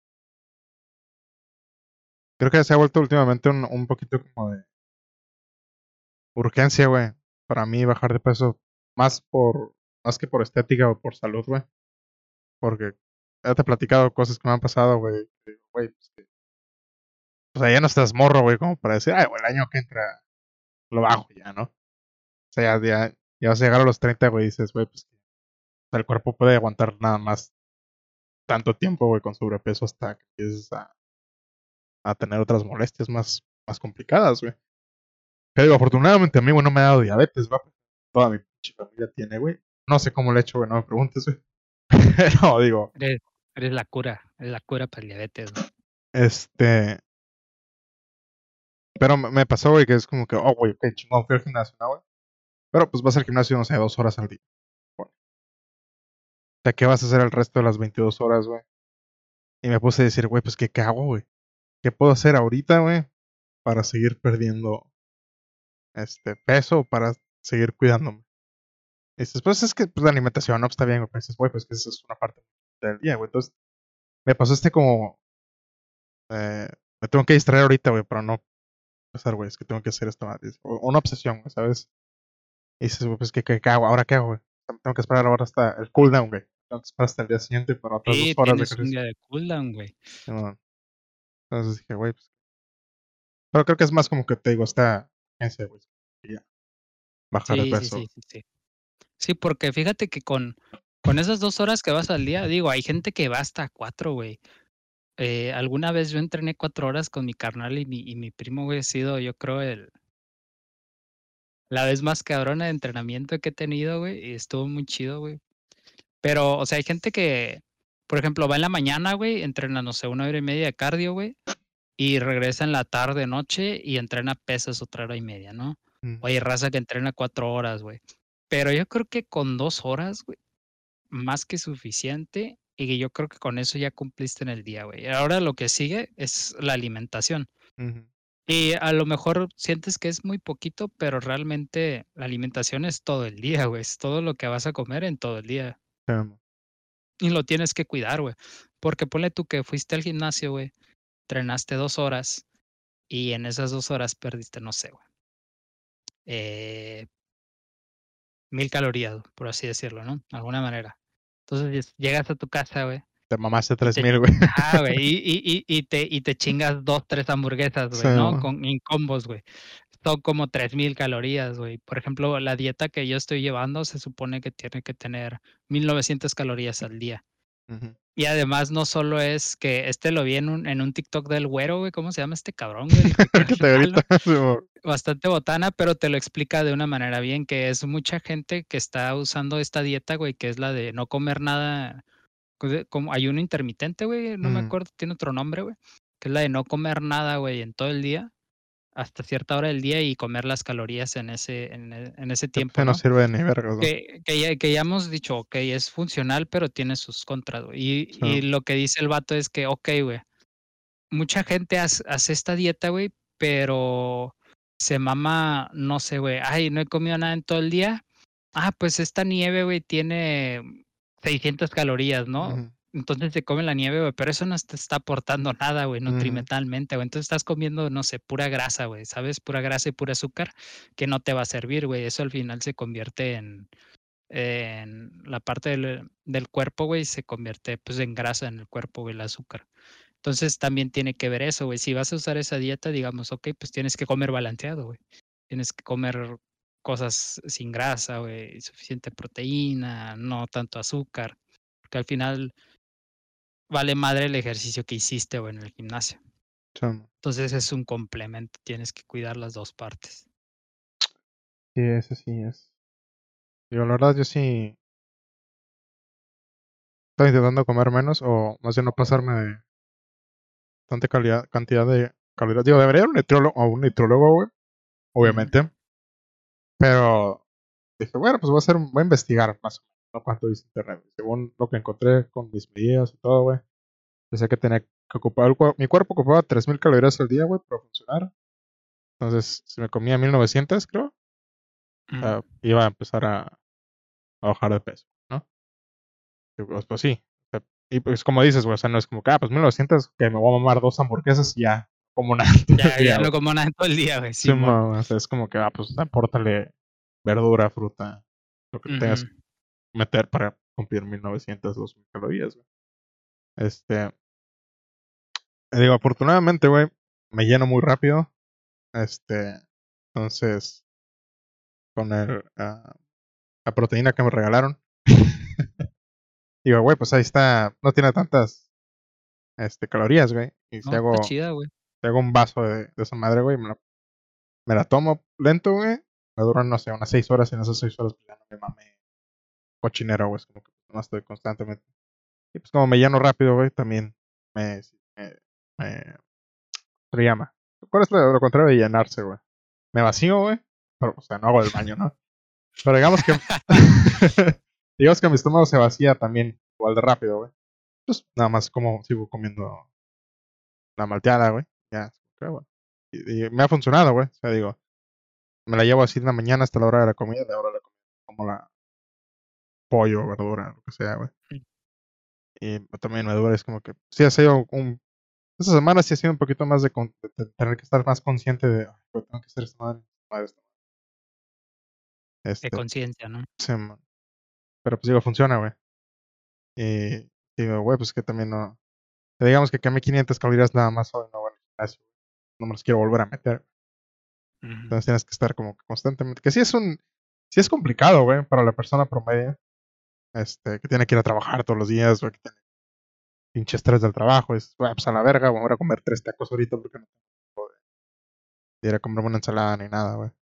Speaker 1: creo que se ha vuelto últimamente un, un poquito como de urgencia, güey, para mí bajar de peso, más por, más que por estética o por salud, güey, porque ya te he platicado cosas que me han pasado, güey, que digo, güey, pues, que- o sea, ya no estás morro, güey, como para decir, ay, güey, el año que entra lo bajo ya, ¿no? O sea, ya, ya, ya vas a llegar a los treinta, güey, y dices, güey, pues, o sea, el cuerpo puede aguantar nada más tanto tiempo, güey, con sobrepeso hasta que empieces a, a tener otras molestias más, más complicadas, güey. Pero digo, afortunadamente a mí, güey, no me ha dado diabetes, güey. Toda mi pinche familia tiene, güey. No sé cómo le he hecho, güey, no me preguntes, güey. Pero digo,
Speaker 2: Eres, eres la cura, eres la cura para el diabetes, güey.
Speaker 1: este. Pero me me pasó, güey, que es como que, oh, güey, ok, chingón, fui al gimnasio, ¿no, güey? Pero pues vas al gimnasio, no sé, dos horas al día. Bueno, o sea, ¿qué vas a hacer el resto de las veintidós horas, güey? Y me puse a decir, güey, pues, ¿qué, qué hago, güey? ¿Qué puedo hacer ahorita, güey? Para seguir perdiendo este peso, para seguir cuidándome. Y dices, pues es que pues, la alimentación, no, pues, está bien, güey. Pues dices, güey, pues que eso es una parte del día, güey. Entonces, me pasó este como, eh, me tengo que distraer ahorita, güey, para no pasar, güey, es que tengo que hacer esto antes. O una obsesión, güey, ¿sabes? Y dices, güey, pues, ¿qué, qué, qué hago? ¿Ahora qué hago, güey? Tengo que esperar ahora hasta el cooldown, güey. Tengo que esperar hasta el día siguiente para otras dos
Speaker 2: Sí,
Speaker 1: horas de
Speaker 2: tienes un
Speaker 1: ejercicio.
Speaker 2: día de cooldown, güey.
Speaker 1: Y, bueno, entonces dije, güey, pues. Pero creo que es más como que te digo, esta agencia, güey. Y ya, bajar de
Speaker 2: Sí, sí, sí,
Speaker 1: peso.
Speaker 2: sí, sí. Sí, porque fíjate que con, con esas dos horas que vas al día, digo, hay gente que va hasta cuatro, güey. Eh, alguna vez yo entrené cuatro horas con mi carnal y mi, y mi primo, güey, ha sido, yo creo, el, la vez más cabrona de entrenamiento que he tenido, güey, y estuvo muy chido, güey. Pero, o sea, hay gente que, por ejemplo, va en la mañana, güey, entrena, no sé, una hora y media de cardio, güey, y regresa en la tarde, noche y entrena pesas otra hora y media, ¿no?
Speaker 1: Mm,
Speaker 2: O hay raza que entrena cuatro horas, güey. Pero yo creo que con dos horas, güey, más que suficiente, y que yo creo que con eso ya cumpliste en el día, güey. Ahora lo que sigue es la alimentación.
Speaker 1: ujú,
Speaker 2: Y a lo mejor sientes que es muy poquito, pero realmente la alimentación es todo el día, güey, es todo lo que vas a comer en todo el día.
Speaker 1: sí, mo.
Speaker 2: Y lo tienes que cuidar, güey. Porque ponle tú que fuiste al gimnasio, güey, entrenaste dos horas y en esas dos horas perdiste, no sé, güey, eh, mil calorías, por así decirlo, ¿no? De alguna manera. Entonces, lle llegas a tu casa, güey,
Speaker 1: Te mamaste
Speaker 2: y
Speaker 1: tres
Speaker 2: te
Speaker 1: mil, güey.
Speaker 2: ajá, güey, y y y y te y te chingas dos, tres hamburguesas,
Speaker 1: Sí,
Speaker 2: güey, ¿no?
Speaker 1: mo.
Speaker 2: Con en combos, güey. Son como tres mil calorías, güey. Por ejemplo, la dieta que yo estoy llevando se supone que tiene que tener mil novecientas calorías al día.
Speaker 1: Ujú.
Speaker 2: Y además no solo es que este lo vi en un en un TikTok del güero, güey, ¿cómo se llama este cabrón, güey? El que
Speaker 1: El
Speaker 2: tiene
Speaker 1: que
Speaker 2: el
Speaker 1: te
Speaker 2: palo,
Speaker 1: grita, sí, mo.
Speaker 2: bastante botana, pero te lo explica de una manera bien, que es mucha gente que está usando esta dieta, güey, que es la de no comer nada, pues, como ayuno intermitente, güey, no me
Speaker 1: Mm,
Speaker 2: acuerdo, tiene otro nombre, güey, que es la de no comer nada, güey, en todo el día, hasta cierta hora del día y comer las calorías en ese en e en ese
Speaker 1: sí,
Speaker 2: tiempo,
Speaker 1: sí, no
Speaker 2: ¿no?
Speaker 1: sirve ni vergas, ¿no?
Speaker 2: Que que ya que ya hemos dicho, okey, es funcional, pero tiene sus contras, güey. Y
Speaker 1: Sí,
Speaker 2: y lo que dice el vato es que, okey, güey, mucha gente hace hace esta dieta, güey, pero se mama, no sé, güey, ay, no he comido nada en todo el día. Ah, pues esta nieve, güey, tiene seiscientas calorías, ¿no?
Speaker 1: ujú,
Speaker 2: Entonces se come la nieve, güey, pero eso no te está aportando nada, güey,
Speaker 1: ujú,
Speaker 2: nutrimentalmente, güey. Entonces estás comiendo, no sé, pura grasa, güey, ¿sabes? Pura grasa y pura azúcar que no te va a servir, güey. Eso al final se convierte en en la parte del del cuerpo, güey, se convierte, pues, en grasa en el cuerpo, güey, el azúcar. Entonces, también tiene que ver eso, güey. Si vas a usar esa dieta, digamos, okey, pues tienes que comer balanceado, güey. Tienes que comer cosas sin grasa, güey, suficiente proteína, no tanto azúcar, porque al final vale madre el ejercicio que hiciste, güey, en el gimnasio.
Speaker 1: sí, mo.
Speaker 2: Entonces, es un complemento, tienes que cuidar las dos partes.
Speaker 1: Sí, ese sí es. Digo, la verdad, yo sí estoy intentando comer menos o más bien no pasarme de tanta calidad, cantidad de calorías. Digo, debería ir a un nutriólogo, o un nutriólogo, güey,
Speaker 2: Ujú,
Speaker 1: obviamente. Pero dije, bueno, pues voy a hacer, voy a investigar más o menos, ¿no? Cuánto dice internet. Según lo que encontré con mis medidas y todo, güey. Decía que tenía que ocupar, el cuer- mi cuerpo ocupaba tres mil calorías al día, güey, para funcionar. Entonces, si me comía mil novecientas, creo,
Speaker 2: ujú.
Speaker 1: ah, iba a empezar a, a bajar de peso, ¿no? Y pues, pues sí. O sea, y pues como dices, güey, o sea, no es como que, ah, pues mil novecientos, que me voy a mamar dos hamburguesas y ya, como nada todo el
Speaker 2: Ya ya
Speaker 1: día,
Speaker 2: no
Speaker 1: güey.
Speaker 2: como nada en todo el día, güey,
Speaker 1: Sí,
Speaker 2: simón.
Speaker 1: ma, o sea, es como que, ah, pues apórtale verdura, fruta, lo que tengas
Speaker 2: Ujú.
Speaker 1: que meter para cumplir mil novecientas, dos mil calorías, güey. Este, digo, afortunadamente, güey, me lleno muy rápido. Este, entonces, con el, ah, la proteína que me regalaron, digo, güey, pues ahí está, no tiene tantas este, calorías, güey. Y si
Speaker 2: No, está
Speaker 1: hago,
Speaker 2: chida, güey.
Speaker 1: si hago un vaso de, de esa madre, güey, me la, me la tomo lento, güey. Me duran, no sé, unas seis horas y en esas seis horas pues, ya no me mame cochinero, güey. Es como que no estoy constantemente. Y pues como me lleno rápido, güey, también me, me, me, se llama. ¿Cuál es lo, lo contrario de llenarse, güey? Me vacío, güey. Pero, o sea, no hago el baño, ¿no? Pero digamos que, digamos que mi estómago se vacía también igual de rápido, güey. Pues nada más como sigo comiendo la malteada, güey. Ya, ok, bueno. Y, y me ha funcionado, güey. O sea, digo, me la llevo así en la mañana hasta la hora de la comida, de la hora de la comida, como la pollo, verdura, lo que sea, güey.
Speaker 2: Mm,
Speaker 1: Y también me dura, es como que, sí, ha sido un, esta semana sí ha sido un poquito más de, con- de- de tener que estar más consciente de, "Ay, güey, tengo que hacer esta madre, madre, esta madre".
Speaker 2: de
Speaker 1: Este,
Speaker 2: conciencia, ¿no?
Speaker 1: sí, man. Pero pues digo, funciona, güey. Y digo, güey, pues que también no, que digamos que quemé quinientas calorías nada más hoy, no, bueno, gimnasio, güey. No me las quiero volver a meter.
Speaker 2: Ujú.
Speaker 1: Entonces tienes que estar como que constantemente, que sí es un, sí es complicado, güey, para la persona promedio, este, que tiene que ir a trabajar todos los días, güey, que tiene pinche estrés del trabajo, es, güey, pues a la verga, voy a ir a comer tres tacos ahorita porque no tengo tiempo de ir a comerme una ensalada ni nada, güey.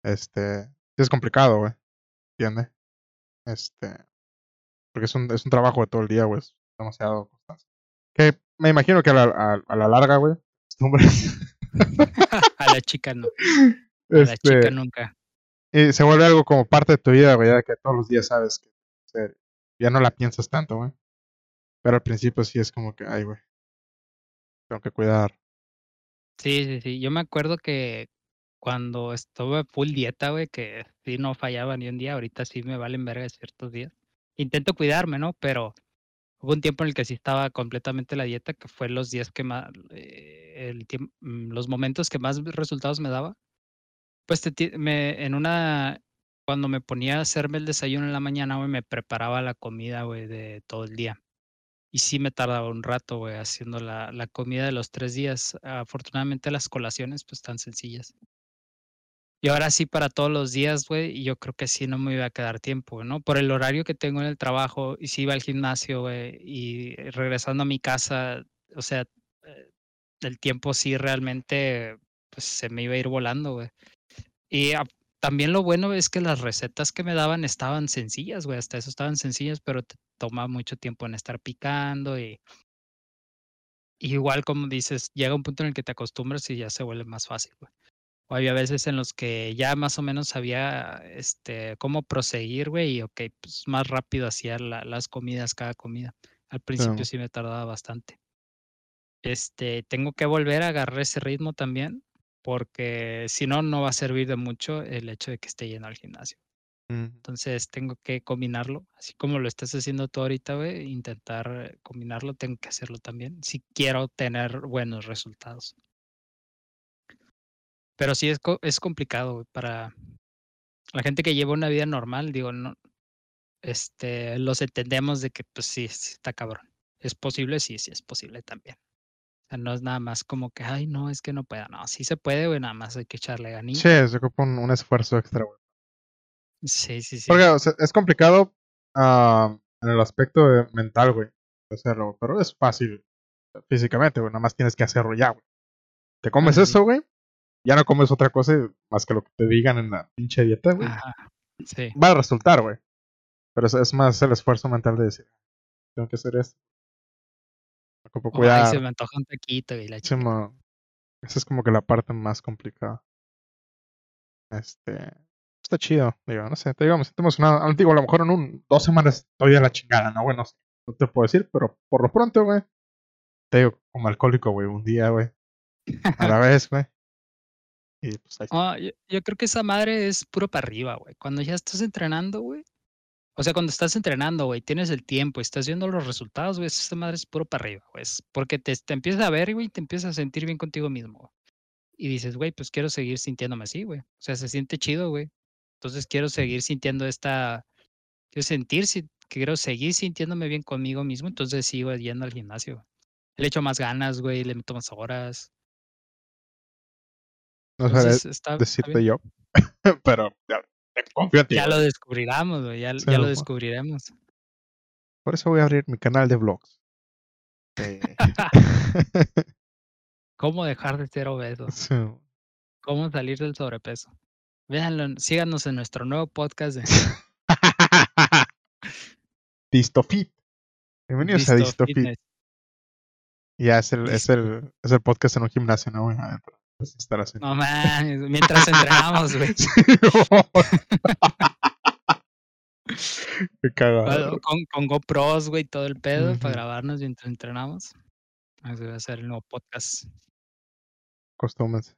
Speaker 1: Este, sí es complicado, güey, ¿entiendes? Este, porque es un, es un trabajo de todo el día, güey, es demasiado constancia. Que me imagino que a la, a, a la larga, güey, acostumbras.
Speaker 2: A la chica no. A la chica
Speaker 1: este,
Speaker 2: nunca.
Speaker 1: y se vuelve algo como parte de tu vida, güey, ya que todos los días sabes que o sea, ya no la piensas tanto, güey. Pero al principio sí es como que, ay, güey, tengo que cuidar.
Speaker 2: Sí, sí, sí. Yo me acuerdo que cuando estuve full dieta, güey, que sí no fallaba ni un día, ahorita sí me valen verga ciertos días. Intento cuidarme, ¿no? Pero hubo un tiempo en el que sí estaba completamente la dieta, que fue los días que más, eh, el tiemp- mm, los momentos que más resultados me daba. Pues te ti- me, en una, cuando me ponía a hacerme el desayuno en la mañana, güey, me preparaba la comida, güey, de todo el día. Y sí me tardaba un rato, güey, haciendo la, la comida de los tres días. Afortunadamente las colaciones, pues, tan sencillas. Y ahora sí para todos los días, güey, y yo creo que sí no me iba a quedar tiempo, ¿no? Por el horario que tengo en el trabajo, y si iba al gimnasio, güey, y regresando a mi casa, o sea, eh, el tiempo sí realmente, pues, se me iba a ir volando, güey. Y a también lo bueno es que las recetas que me daban estaban sencillas, güey, hasta eso estaban sencillas, pero te toma mucho tiempo en estar picando y y igual, como dices, llega un punto en el que te acostumbras y ya se vuelve más fácil, güey. O había veces en los que ya más o menos sabía, este, cómo proseguir, güey, y okey, pues, más rápido hacía la las comidas, cada comida. Al principio
Speaker 1: Sí,
Speaker 2: sí me tardaba bastante. Este, tengo que volver a agarrar ese ritmo también, porque si no, no va a servir de mucho el hecho de que esté yendo al gimnasio.
Speaker 1: mm,
Speaker 2: Entonces, tengo que combinarlo, así como lo estás haciendo tú ahorita, güey, intentar eh, combinarlo, tengo que hacerlo también, si quiero tener buenos resultados. Pero sí es co es complicado, güey, para la gente que lleva una vida normal, digo, no, este, los entendemos de que, pues sí, sí está cabrón. ¿Es posible? Sí, sí es posible también. O sea, no es nada más como que: "Ay, no, es que no puedo". No, sí se puede, güey, nada más hay que echarle
Speaker 1: sí,
Speaker 2: ganitas.
Speaker 1: se ocupa un, un esfuerzo extra, güey.
Speaker 2: Sí, sí, sí.
Speaker 1: Porque, o sea, es complicado ah, en el aspecto de- mental, güey, hacerlo, pero es fácil físicamente, güey, nada más tienes que hacerlo ya, güey. Te comes
Speaker 2: Bueno, sí.
Speaker 1: eso, güey, ya no comes otra cosa más que lo que te digan en la pinche dieta, güey.
Speaker 2: Ajá, sí.
Speaker 1: Va a resultar, güey. Pero es, es más el esfuerzo mental de decir, tengo que hacer esto, me ocupo
Speaker 2: O: "Ay, se
Speaker 1: cuidar.
Speaker 2: me antoja un taquito", y la
Speaker 1: Sí,
Speaker 2: chingada.
Speaker 1: mo- esa es como que la parte más complicada. Este, está chido, digo, no sé, te digo, me siento emocionado. Ah, digo, a lo mejor en un, dos semanas estoy a la chingada, ¿no, güey? No sé, no te puedo decir, pero por lo pronto, güey, te digo, como alcohólico, güey, un día, güey, a la vez, güey, y pues ahí está.
Speaker 2: Ah, yo yo creo que esa madre es puro para arriba, güey. Cuando ya estás entrenando, güey, o sea, cuando estás entrenando, güey, tienes el tiempo y estás viendo los resultados, güey, esa madre es puro para arriba, güey. Es porque te te empiezas a ver, güey, y te empiezas a sentir bien contigo mismo, güey. Y dices: "Güey, pues quiero seguir sintiéndome así, güey". O sea, se siente chido, güey. Entonces quiero seguir sintiendo esta quiero sentir si quiero seguir sintiéndome bien conmigo mismo, entonces sigo yendo al gimnasio. Le echo más ganas, güey, le meto más horas.
Speaker 1: No sé
Speaker 2: Entonces está está
Speaker 1: decirte
Speaker 2: bien.
Speaker 1: yo, pero ya, te confío en ti,
Speaker 2: Ya
Speaker 1: güey.
Speaker 2: lo descubriremos, güey, ya
Speaker 1: Sí,
Speaker 2: ya lo
Speaker 1: mo-
Speaker 2: descubriremos.
Speaker 1: por eso voy a abrir mi canal de vlogs. De...
Speaker 2: ¿Cómo dejar de ser obeso?
Speaker 1: Sí.
Speaker 2: ¿Cómo salir del sobrepeso? Véanlo, síganos en nuestro nuevo podcast de
Speaker 1: Distofit. Bienvenidos a
Speaker 2: Disto
Speaker 1: Distofit.
Speaker 2: Fitness.
Speaker 1: Ya es el, es
Speaker 2: Disto
Speaker 1: el, es el podcast en un gimnasio, ¿no, güey? Adentro. Las
Speaker 2: No
Speaker 1: instalaciones.
Speaker 2: mames, mientras entrenamos, güey.
Speaker 1: Sí, mo- qué
Speaker 2: Bueno,
Speaker 1: cagado.
Speaker 2: con con GoPros, güey, todo el pedo para
Speaker 1: Ujú.
Speaker 2: grabarnos mientras entrenamos. Ese va a ser el nuevo podcast.
Speaker 1: Acostúmbrense.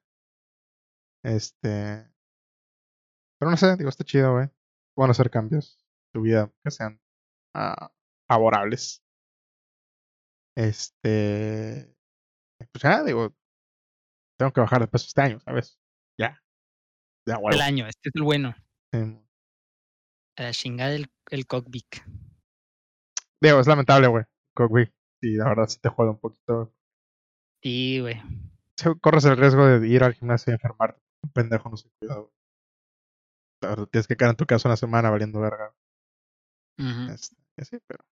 Speaker 1: Este. Pero no sé, digo, está chido, güey. Bueno, hacer cambios en tu vida que sean ah, favorables. Este. Pues ya, digo, tengo que bajar de peso este año, ¿sabes? Ya, ya
Speaker 2: El
Speaker 1: huevo.
Speaker 2: año, este es el bueno.
Speaker 1: Sí.
Speaker 2: A la chingada el el Cockpit.
Speaker 1: Digo, es lamentable, güey. co- Güey, sí, la verdad sí te juega un poquito.
Speaker 2: Sí, güey.
Speaker 1: Sí, corres el riesgo de ir al gimnasio y enfermarte. Un pendejo no se cuida, güey. La verdad, tienes que quedar en tu casa una semana valiendo verga.
Speaker 2: Ujú.
Speaker 1: Este, y así, pero.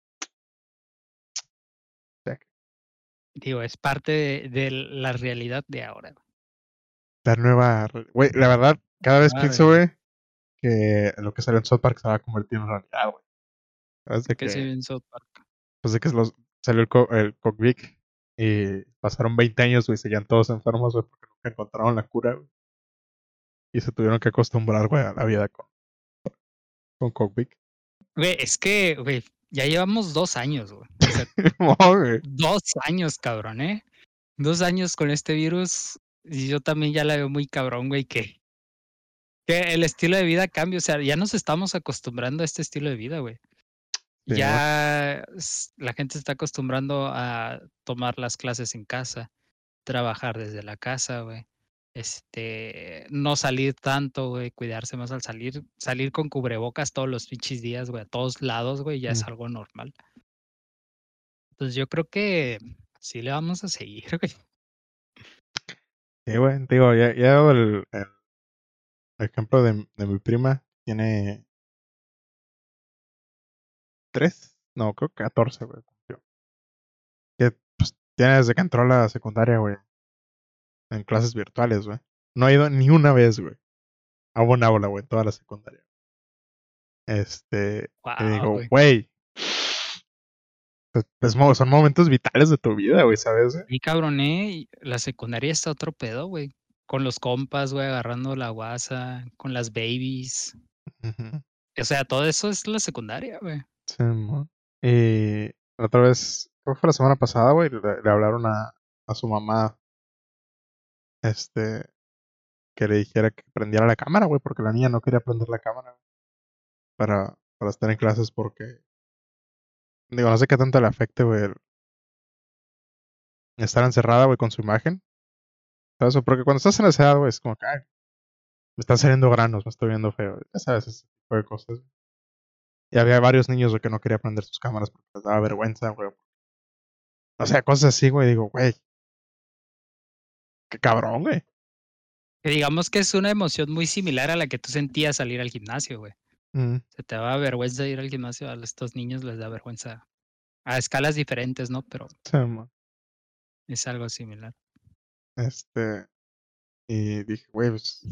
Speaker 1: O sea, que
Speaker 2: Digo, es parte de de la realidad de ahora.
Speaker 1: la nueva. re- Güey, la verdad, cada vez pienso,
Speaker 2: Órale,
Speaker 1: güey, que lo que salió en South Park se va a convertir en realidad, güey. ¿Sabes? De
Speaker 2: que se
Speaker 1: que,
Speaker 2: ve en South Park.
Speaker 1: pues de que los, salió el, co el Cockvic y pasaron veinte años, güey, seguían todos enfermos, güey, porque nunca encontraron la cura, güey. Y se tuvieron que acostumbrar, güey, a la vida con, con Cockvic.
Speaker 2: Güey, es que, güey, ya llevamos dos años, güey. O sea,
Speaker 1: No, güey.
Speaker 2: dos años, cabrón, ¿eh? Dos años con este virus y yo también ya la veo muy cabrón, güey, que, que el estilo de vida cambia. O sea, ya nos estamos acostumbrando a este estilo de vida, güey.
Speaker 1: Sí, güey.
Speaker 2: Ya s- la gente se está acostumbrando a tomar las clases en casa, trabajar desde la casa, güey. Este, no salir tanto, güey, cuidarse más al salir, salir con cubrebocas todos los pinches días, güey, a todos lados, güey, ya
Speaker 1: Mm.
Speaker 2: es algo normal. Entonces yo creo que sí le vamos a seguir, güey.
Speaker 1: Sí, güey. Digo, ya, ya dado el, el ejemplo de, de mi prima. Tiene tres, no, creo que catorce, güey. cumplió. Que pues, tiene desde que entró a la secundaria, güey, en clases virtuales, güey. No ha ido ni una vez, güey, a una aula, güey, en toda la secundaria. Este, y
Speaker 2: Wow,
Speaker 1: digo,
Speaker 2: güey.
Speaker 1: güey, pues, es mo- son momentos vitales de tu vida, güey, ¿sabes? güey?
Speaker 2: Y cabrón, ¿eh? Y la secundaria está otro pedo, güey. Con los compas, güey, agarrando la guasa, con las babies.
Speaker 1: Ujú.
Speaker 2: O sea, todo eso es la secundaria, güey.
Speaker 1: Sí, mo. Y la otra vez, creo que fue la semana pasada, güey, le, le hablaron a, a su mamá, este, que le dijera que prendiera la cámara, güey, porque la niña no quería prender la cámara, güey, para, para estar en clases porque, digo, no sé qué tanto le afecte, güey, el estar encerrada, güey, con su imagen, ¿sabes? O porque cuando estás en esa edad, güey, es como que, ay, me están saliendo granos, me estoy viendo feo, ya sabes, ese tipo de cosas. Y había varios niños, güey, que no querían prender sus cámaras porque les daba vergüenza, güey. O sea, cosas así, güey, digo, güey, qué cabrón, güey.
Speaker 2: Que digamos que es una emoción muy similar a la que tú sentías al ir al gimnasio, güey.
Speaker 1: Mm,
Speaker 2: Se te daba vergüenza ir al gimnasio, a estos niños les da vergüenza. A escalas diferentes, ¿no? Pero
Speaker 1: sí, mo.
Speaker 2: es algo similar.
Speaker 1: Este, y dije, güey, pues,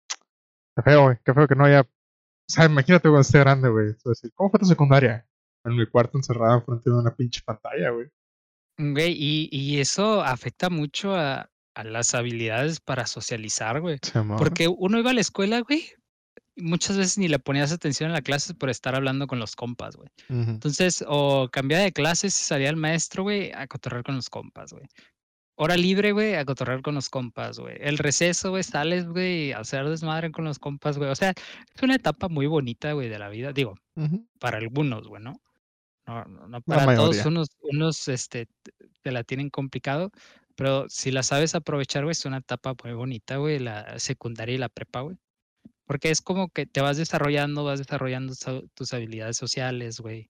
Speaker 1: qué feo, güey, qué feo que no haya. O sea, imagínate cuando esté grande, güey. Es decir, ¿cómo fue tu secundaria? En mi cuarto encerrado enfrente de una pinche pantalla, güey.
Speaker 2: Güey, y, y eso afecta mucho a, a las habilidades para socializar, güey.
Speaker 1: Se amó.
Speaker 2: Porque uno iba a la escuela, güey, y muchas veces ni le ponías atención a la clase por estar hablando con los compas, güey.
Speaker 1: Ujú,
Speaker 2: Entonces, o cambiaba de clases y salía el maestro, güey, a cotorrear con los compas, güey. Hora libre, güey, a cotorrear con los compas, güey. El receso, güey, sales, güey, a hacer desmadre con los compas, güey. O sea, es una etapa muy bonita, güey, de la vida. Digo,
Speaker 1: ujú.
Speaker 2: para algunos, güey, ¿no? No, no, no
Speaker 1: La
Speaker 2: para todos,
Speaker 1: mayoría.
Speaker 2: unos, unos, este, t- te la tienen complicado, pero si la sabes aprovechar, güey, es una etapa muy bonita, güey, la secundaria y la prepa, güey. Porque es como que te vas desarrollando, vas desarrollando so- tus habilidades sociales, güey.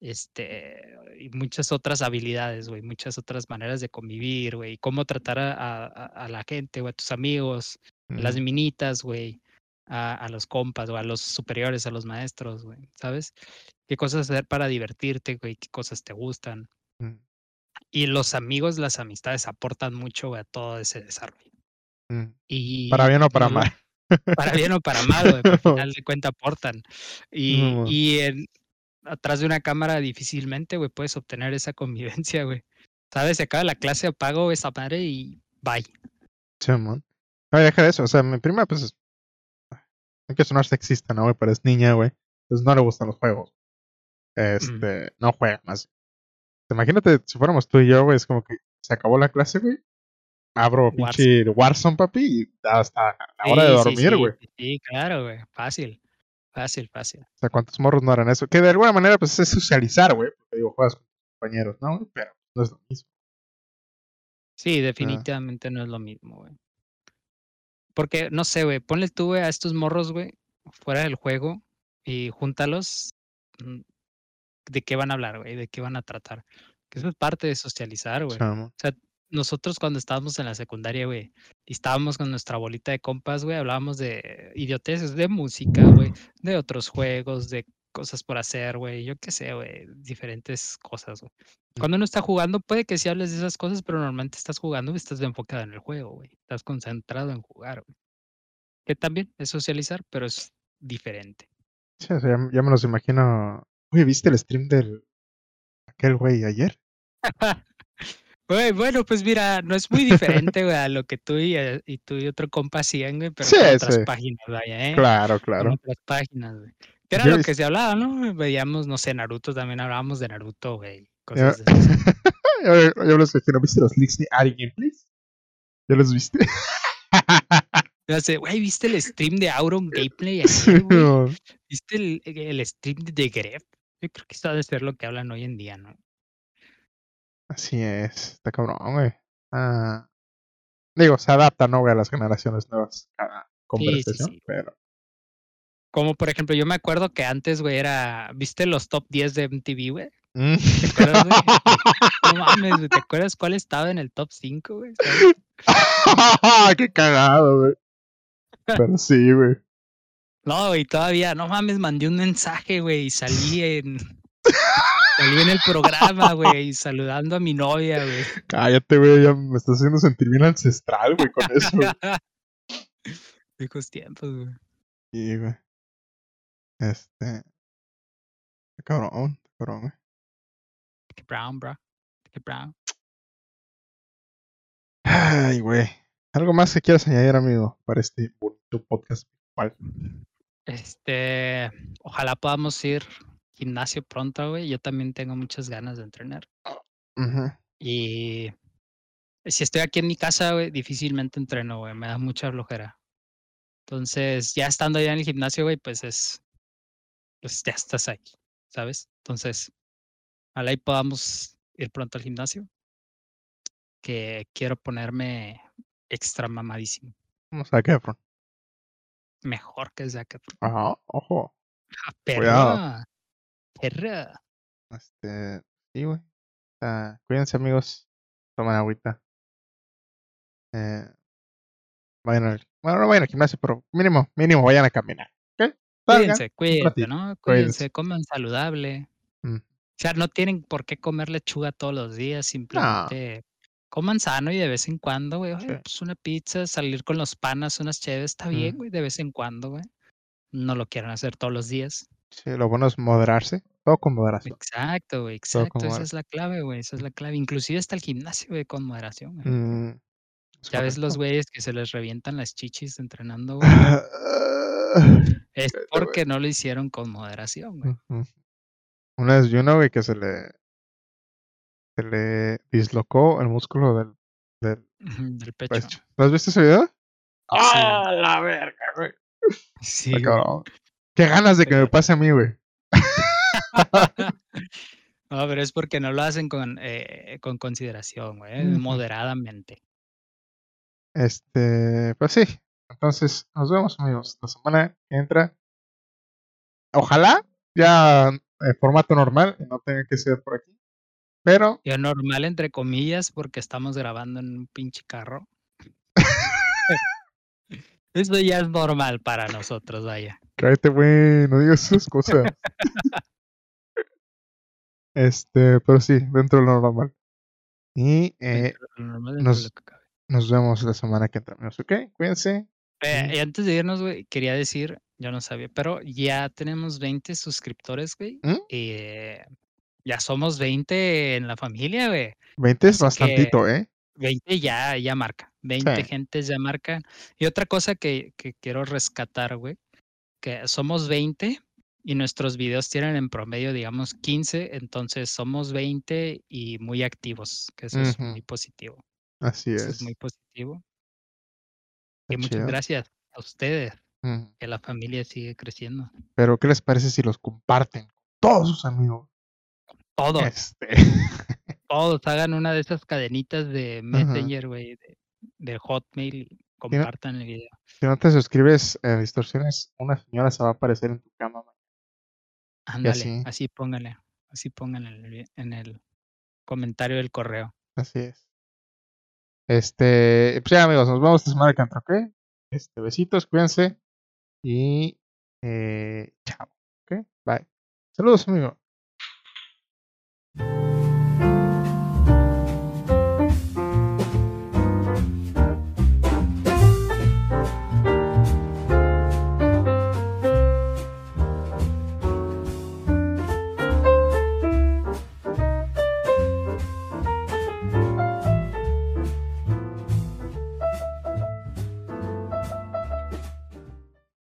Speaker 2: Este, y muchas otras habilidades, güey, muchas otras maneras de convivir, güey, y cómo tratar a, a- a- a la gente, güey, a tus amigos, a las
Speaker 1: Ujú,
Speaker 2: minitas, güey, a, a los compas, o a los superiores, a los maestros, güey, ¿sabes? Qué cosas hacer para divertirte, güey, qué cosas te gustan.
Speaker 1: ujú,
Speaker 2: Y los amigos, las amistades aportan mucho, güey, a todo ese desarrollo.
Speaker 1: ujú. Para
Speaker 2: Y
Speaker 1: bien o para
Speaker 2: no lo,
Speaker 1: mal.
Speaker 2: para bien o para mal, güey, pero al final de cuentas aportan.
Speaker 1: Sí,
Speaker 2: Y
Speaker 1: mo.
Speaker 2: y en atrás de una cámara difícilmente, güey, puedes obtener esa convivencia, güey. ¿Sabes? Se acaba la clase, apago esa madre y bye.
Speaker 1: Sí, mo. No, y deja de eso. O sea, mi prima, pues, es- no hay que sonar sexista, ¿no, güey? Pero es niña, güey. Entonces no le gustan los juegos.
Speaker 2: Mm,
Speaker 1: Este, no juega más. Imagínate si fuéramos tú y yo, güey. Es como que se acabó la clase, güey. Abro
Speaker 2: Warzone.
Speaker 1: pinche Warzone, papi, y hasta la hora de
Speaker 2: Sí, sí,
Speaker 1: dormir,
Speaker 2: sí,
Speaker 1: güey.
Speaker 2: sí, sí, claro, güey. Fácil, fácil, fácil.
Speaker 1: O sea, ¿cuántos morros no harán eso? Que de alguna manera, pues, es socializar, güey. Porque digo, juegas con tus compañeros, ¿no? güey? Pero no es lo mismo.
Speaker 2: Sí,
Speaker 1: Ah,
Speaker 2: definitivamente no es lo mismo, güey. Porque, no sé, güey, ponle tú, güey, a estos morros, güey, fuera del juego y júntalos. mm, ¿De qué van a hablar, güey? ¿De qué van a tratar? Que eso es parte de socializar, güey.
Speaker 1: chamo.
Speaker 2: O sea, nosotros cuando estábamos en la secundaria, güey, y estábamos con nuestra bolita de compas, güey, hablábamos de idioteces, de música, güey, de otros juegos, de cosas por hacer, güey, yo qué sé, güey, diferentes cosas, güey. Cuando uno está jugando, puede que sí hables de esas cosas, pero normalmente estás jugando y estás enfocado en el juego, güey. Estás concentrado en jugar, güey. Que también es socializar, pero es diferente.
Speaker 1: Sí, o sea, ya, ya me los imagino. Oye, ¿viste el stream del aquel güey ayer?
Speaker 2: Güey, bueno, pues mira, no es muy diferente, güey, a lo que tú y, eh, y tú y otro compa hacían, güey, pero
Speaker 1: Sí,
Speaker 2: con
Speaker 1: sí,
Speaker 2: otras páginas, vaya, ¿eh?
Speaker 1: claro,
Speaker 2: Con
Speaker 1: claro.
Speaker 2: otras páginas, güey. Que era
Speaker 1: Yo he
Speaker 2: lo que
Speaker 1: visto.
Speaker 2: se hablaba, ¿no? Veíamos, no sé, Naruto, también hablábamos de Naruto, güey,
Speaker 1: Yo,
Speaker 2: cosas de esas.
Speaker 1: yo, yo los imagino, ¿viste los leaks de Ari Gameplays? ¿Ya los viste?
Speaker 2: Ya sé, güey, ¿viste el stream de Auron Gameplay
Speaker 1: Sí,
Speaker 2: ayer, güey?
Speaker 1: no.
Speaker 2: ¿Viste el, el stream de Gref? Yo creo que eso ha de ser lo que hablan hoy en día, ¿no?
Speaker 1: Así es, está cabrón, güey. Ah, digo, se adapta, ¿no, güey, a las generaciones nuevas cada
Speaker 2: Sí, sí,
Speaker 1: conversación,
Speaker 2: sí.
Speaker 1: pero.
Speaker 2: Como por ejemplo, yo me acuerdo que antes, güey, era, ¿viste los top diez de M T V, güey?
Speaker 1: Mm.
Speaker 2: ¿Te acuerdas, güey? No mames, güey, ¿te acuerdas cuál estaba en el top cinco, güey? ¿Sabes?
Speaker 1: Qué cagado, güey. Pero sí, güey.
Speaker 2: No, güey, todavía, no mames, mandé un mensaje, güey, y salí en salí en el programa, güey, saludando a mi novia, güey.
Speaker 1: Cállate, güey, ya me estás haciendo sentir bien ancestral, güey, con eso, güey.
Speaker 2: Viejos tiempos, güey.
Speaker 1: Sí, güey. Este. Qué cabrón, qué cabrón, güey.
Speaker 2: Qué brown, bro. Qué brown.
Speaker 1: Ay, güey. ¿Algo más que quieras añadir, amigo, para este bonito podcast? ¿Cuál?
Speaker 2: Este, ojalá podamos ir gimnasio pronto, güey. Yo también tengo muchas ganas de entrenar.
Speaker 1: Ujú.
Speaker 2: Y si estoy aquí en mi casa, güey, difícilmente entreno, güey. Me da mucha flojera. Entonces, ya estando allá en el gimnasio, güey, pues es, pues ya estás ahí, ¿sabes? Entonces, ojalá y podamos ir pronto al gimnasio, que quiero ponerme extra mamadísimo.
Speaker 1: Vamos a Efron.
Speaker 2: Mejor que Zac Efron.
Speaker 1: Ajá, ojo.
Speaker 2: ¡Ah,
Speaker 1: Cuidado.
Speaker 2: perra! ¡Perra!
Speaker 1: Este. Sí, güey. Ah, cuídense, amigos. Tomen agüita. Eh, vayan al. Bueno, no vayan al gimnasio, pero mínimo, mínimo vayan a caminar. ¿Ok? Salgan
Speaker 2: Cuídense,
Speaker 1: un
Speaker 2: cuídense,
Speaker 1: ratito.
Speaker 2: ¿no?
Speaker 1: Cuídense.
Speaker 2: Cuídense, coman saludable.
Speaker 1: Mm.
Speaker 2: O sea, no tienen por qué comer lechuga todos los días,
Speaker 1: No.
Speaker 2: simplemente coman sano y de vez en cuando, güey,
Speaker 1: Sí.
Speaker 2: oye, pues una pizza, salir con los panas, unas cheves, está bien,
Speaker 1: Mm.
Speaker 2: güey, de vez en cuando, güey. No lo quieran hacer todos los días.
Speaker 1: Sí, lo bueno es moderarse. Todo con moderación.
Speaker 2: Exacto, güey,
Speaker 1: Todo con
Speaker 2: exacto, esa es
Speaker 1: moderación.
Speaker 2: la clave, güey, esa es la clave. Inclusive hasta el gimnasio, güey, con moderación, güey.
Speaker 1: Mm, es
Speaker 2: Ya ves los
Speaker 1: correcto.
Speaker 2: güeyes que se les revientan las chichis entrenando, güey. Es
Speaker 1: Cállate, güey.
Speaker 2: porque no lo hicieron con moderación, güey.
Speaker 1: Ujú. Una vez vi uno, güey, que se le, se le dislocó el músculo del, del
Speaker 2: Ujú, del pecho.
Speaker 1: pecho. ¿No has visto ese video?
Speaker 2: Sí, güey.
Speaker 1: ¡Ah, la verga, güey! Está
Speaker 2: Sí, güey.
Speaker 1: cabrón. Qué ganas de que me
Speaker 2: Pero
Speaker 1: pase a mí, güey.
Speaker 2: no, pero es porque no lo hacen con, eh, con consideración, güey,
Speaker 1: Ujú.
Speaker 2: moderadamente.
Speaker 1: Este, pues sí. Entonces, nos vemos, amigos, la semana que entra. Ojalá ya en formato normal y no tenga que ser por aquí. Pero,
Speaker 2: Yo normal, entre comillas, porque estamos grabando en un pinche carro. Eso ya es normal para nosotros, vaya.
Speaker 1: cállate, güey, no digas esas cosas. Este, pero sí, dentro de lo normal. Y eh,
Speaker 2: Dentro de lo normal, dentro de lo
Speaker 1: nos,
Speaker 2: que cabe.
Speaker 1: nos vemos la semana que entra, amigos, ¿ok? Cuídense.
Speaker 2: Eh,
Speaker 1: Y
Speaker 2: y antes de irnos, güey, quería decir, yo no sabía, pero ya tenemos veinte suscriptores, güey.
Speaker 1: ¿Mm?
Speaker 2: Eh, ya somos veinte en la familia, güey.
Speaker 1: veinte es
Speaker 2: Así que
Speaker 1: bastantito, ¿eh?
Speaker 2: veinte ya, ya marca.
Speaker 1: Sí.
Speaker 2: veinte gentes ya marcan. Y otra cosa que, que quiero rescatar, güey, que somos veinte y nuestros videos tienen en promedio, digamos, quince, entonces somos veinte y muy activos, que eso es
Speaker 1: Ujú.
Speaker 2: muy positivo.
Speaker 1: Así
Speaker 2: Eso es muy
Speaker 1: es.
Speaker 2: positivo. Y
Speaker 1: Está
Speaker 2: muchas
Speaker 1: chido.
Speaker 2: gracias a ustedes,
Speaker 1: Ujú.
Speaker 2: que la familia sigue creciendo.
Speaker 1: Pero, ¿qué les parece si los comparten con todos sus amigos?
Speaker 2: Todos,
Speaker 1: Este.
Speaker 2: todos hagan una de esas cadenitas de
Speaker 1: Ujú.
Speaker 2: Messenger, güey, de, de Hotmail y
Speaker 1: Si no,
Speaker 2: compartan el video.
Speaker 1: si no te suscribes a Distorsiones, una señora se va a aparecer en tu cama, man. Y
Speaker 2: Ándale,
Speaker 1: así,
Speaker 2: así pónganle, así pónganle en el, vi- en el comentario del correo.
Speaker 1: así es. Este, pues ya, amigos, nos vemos esta semana que entra, ¿ok? Este, besitos, cuídense y eh, chao, ¿ok? Bye. Saludos, amigo.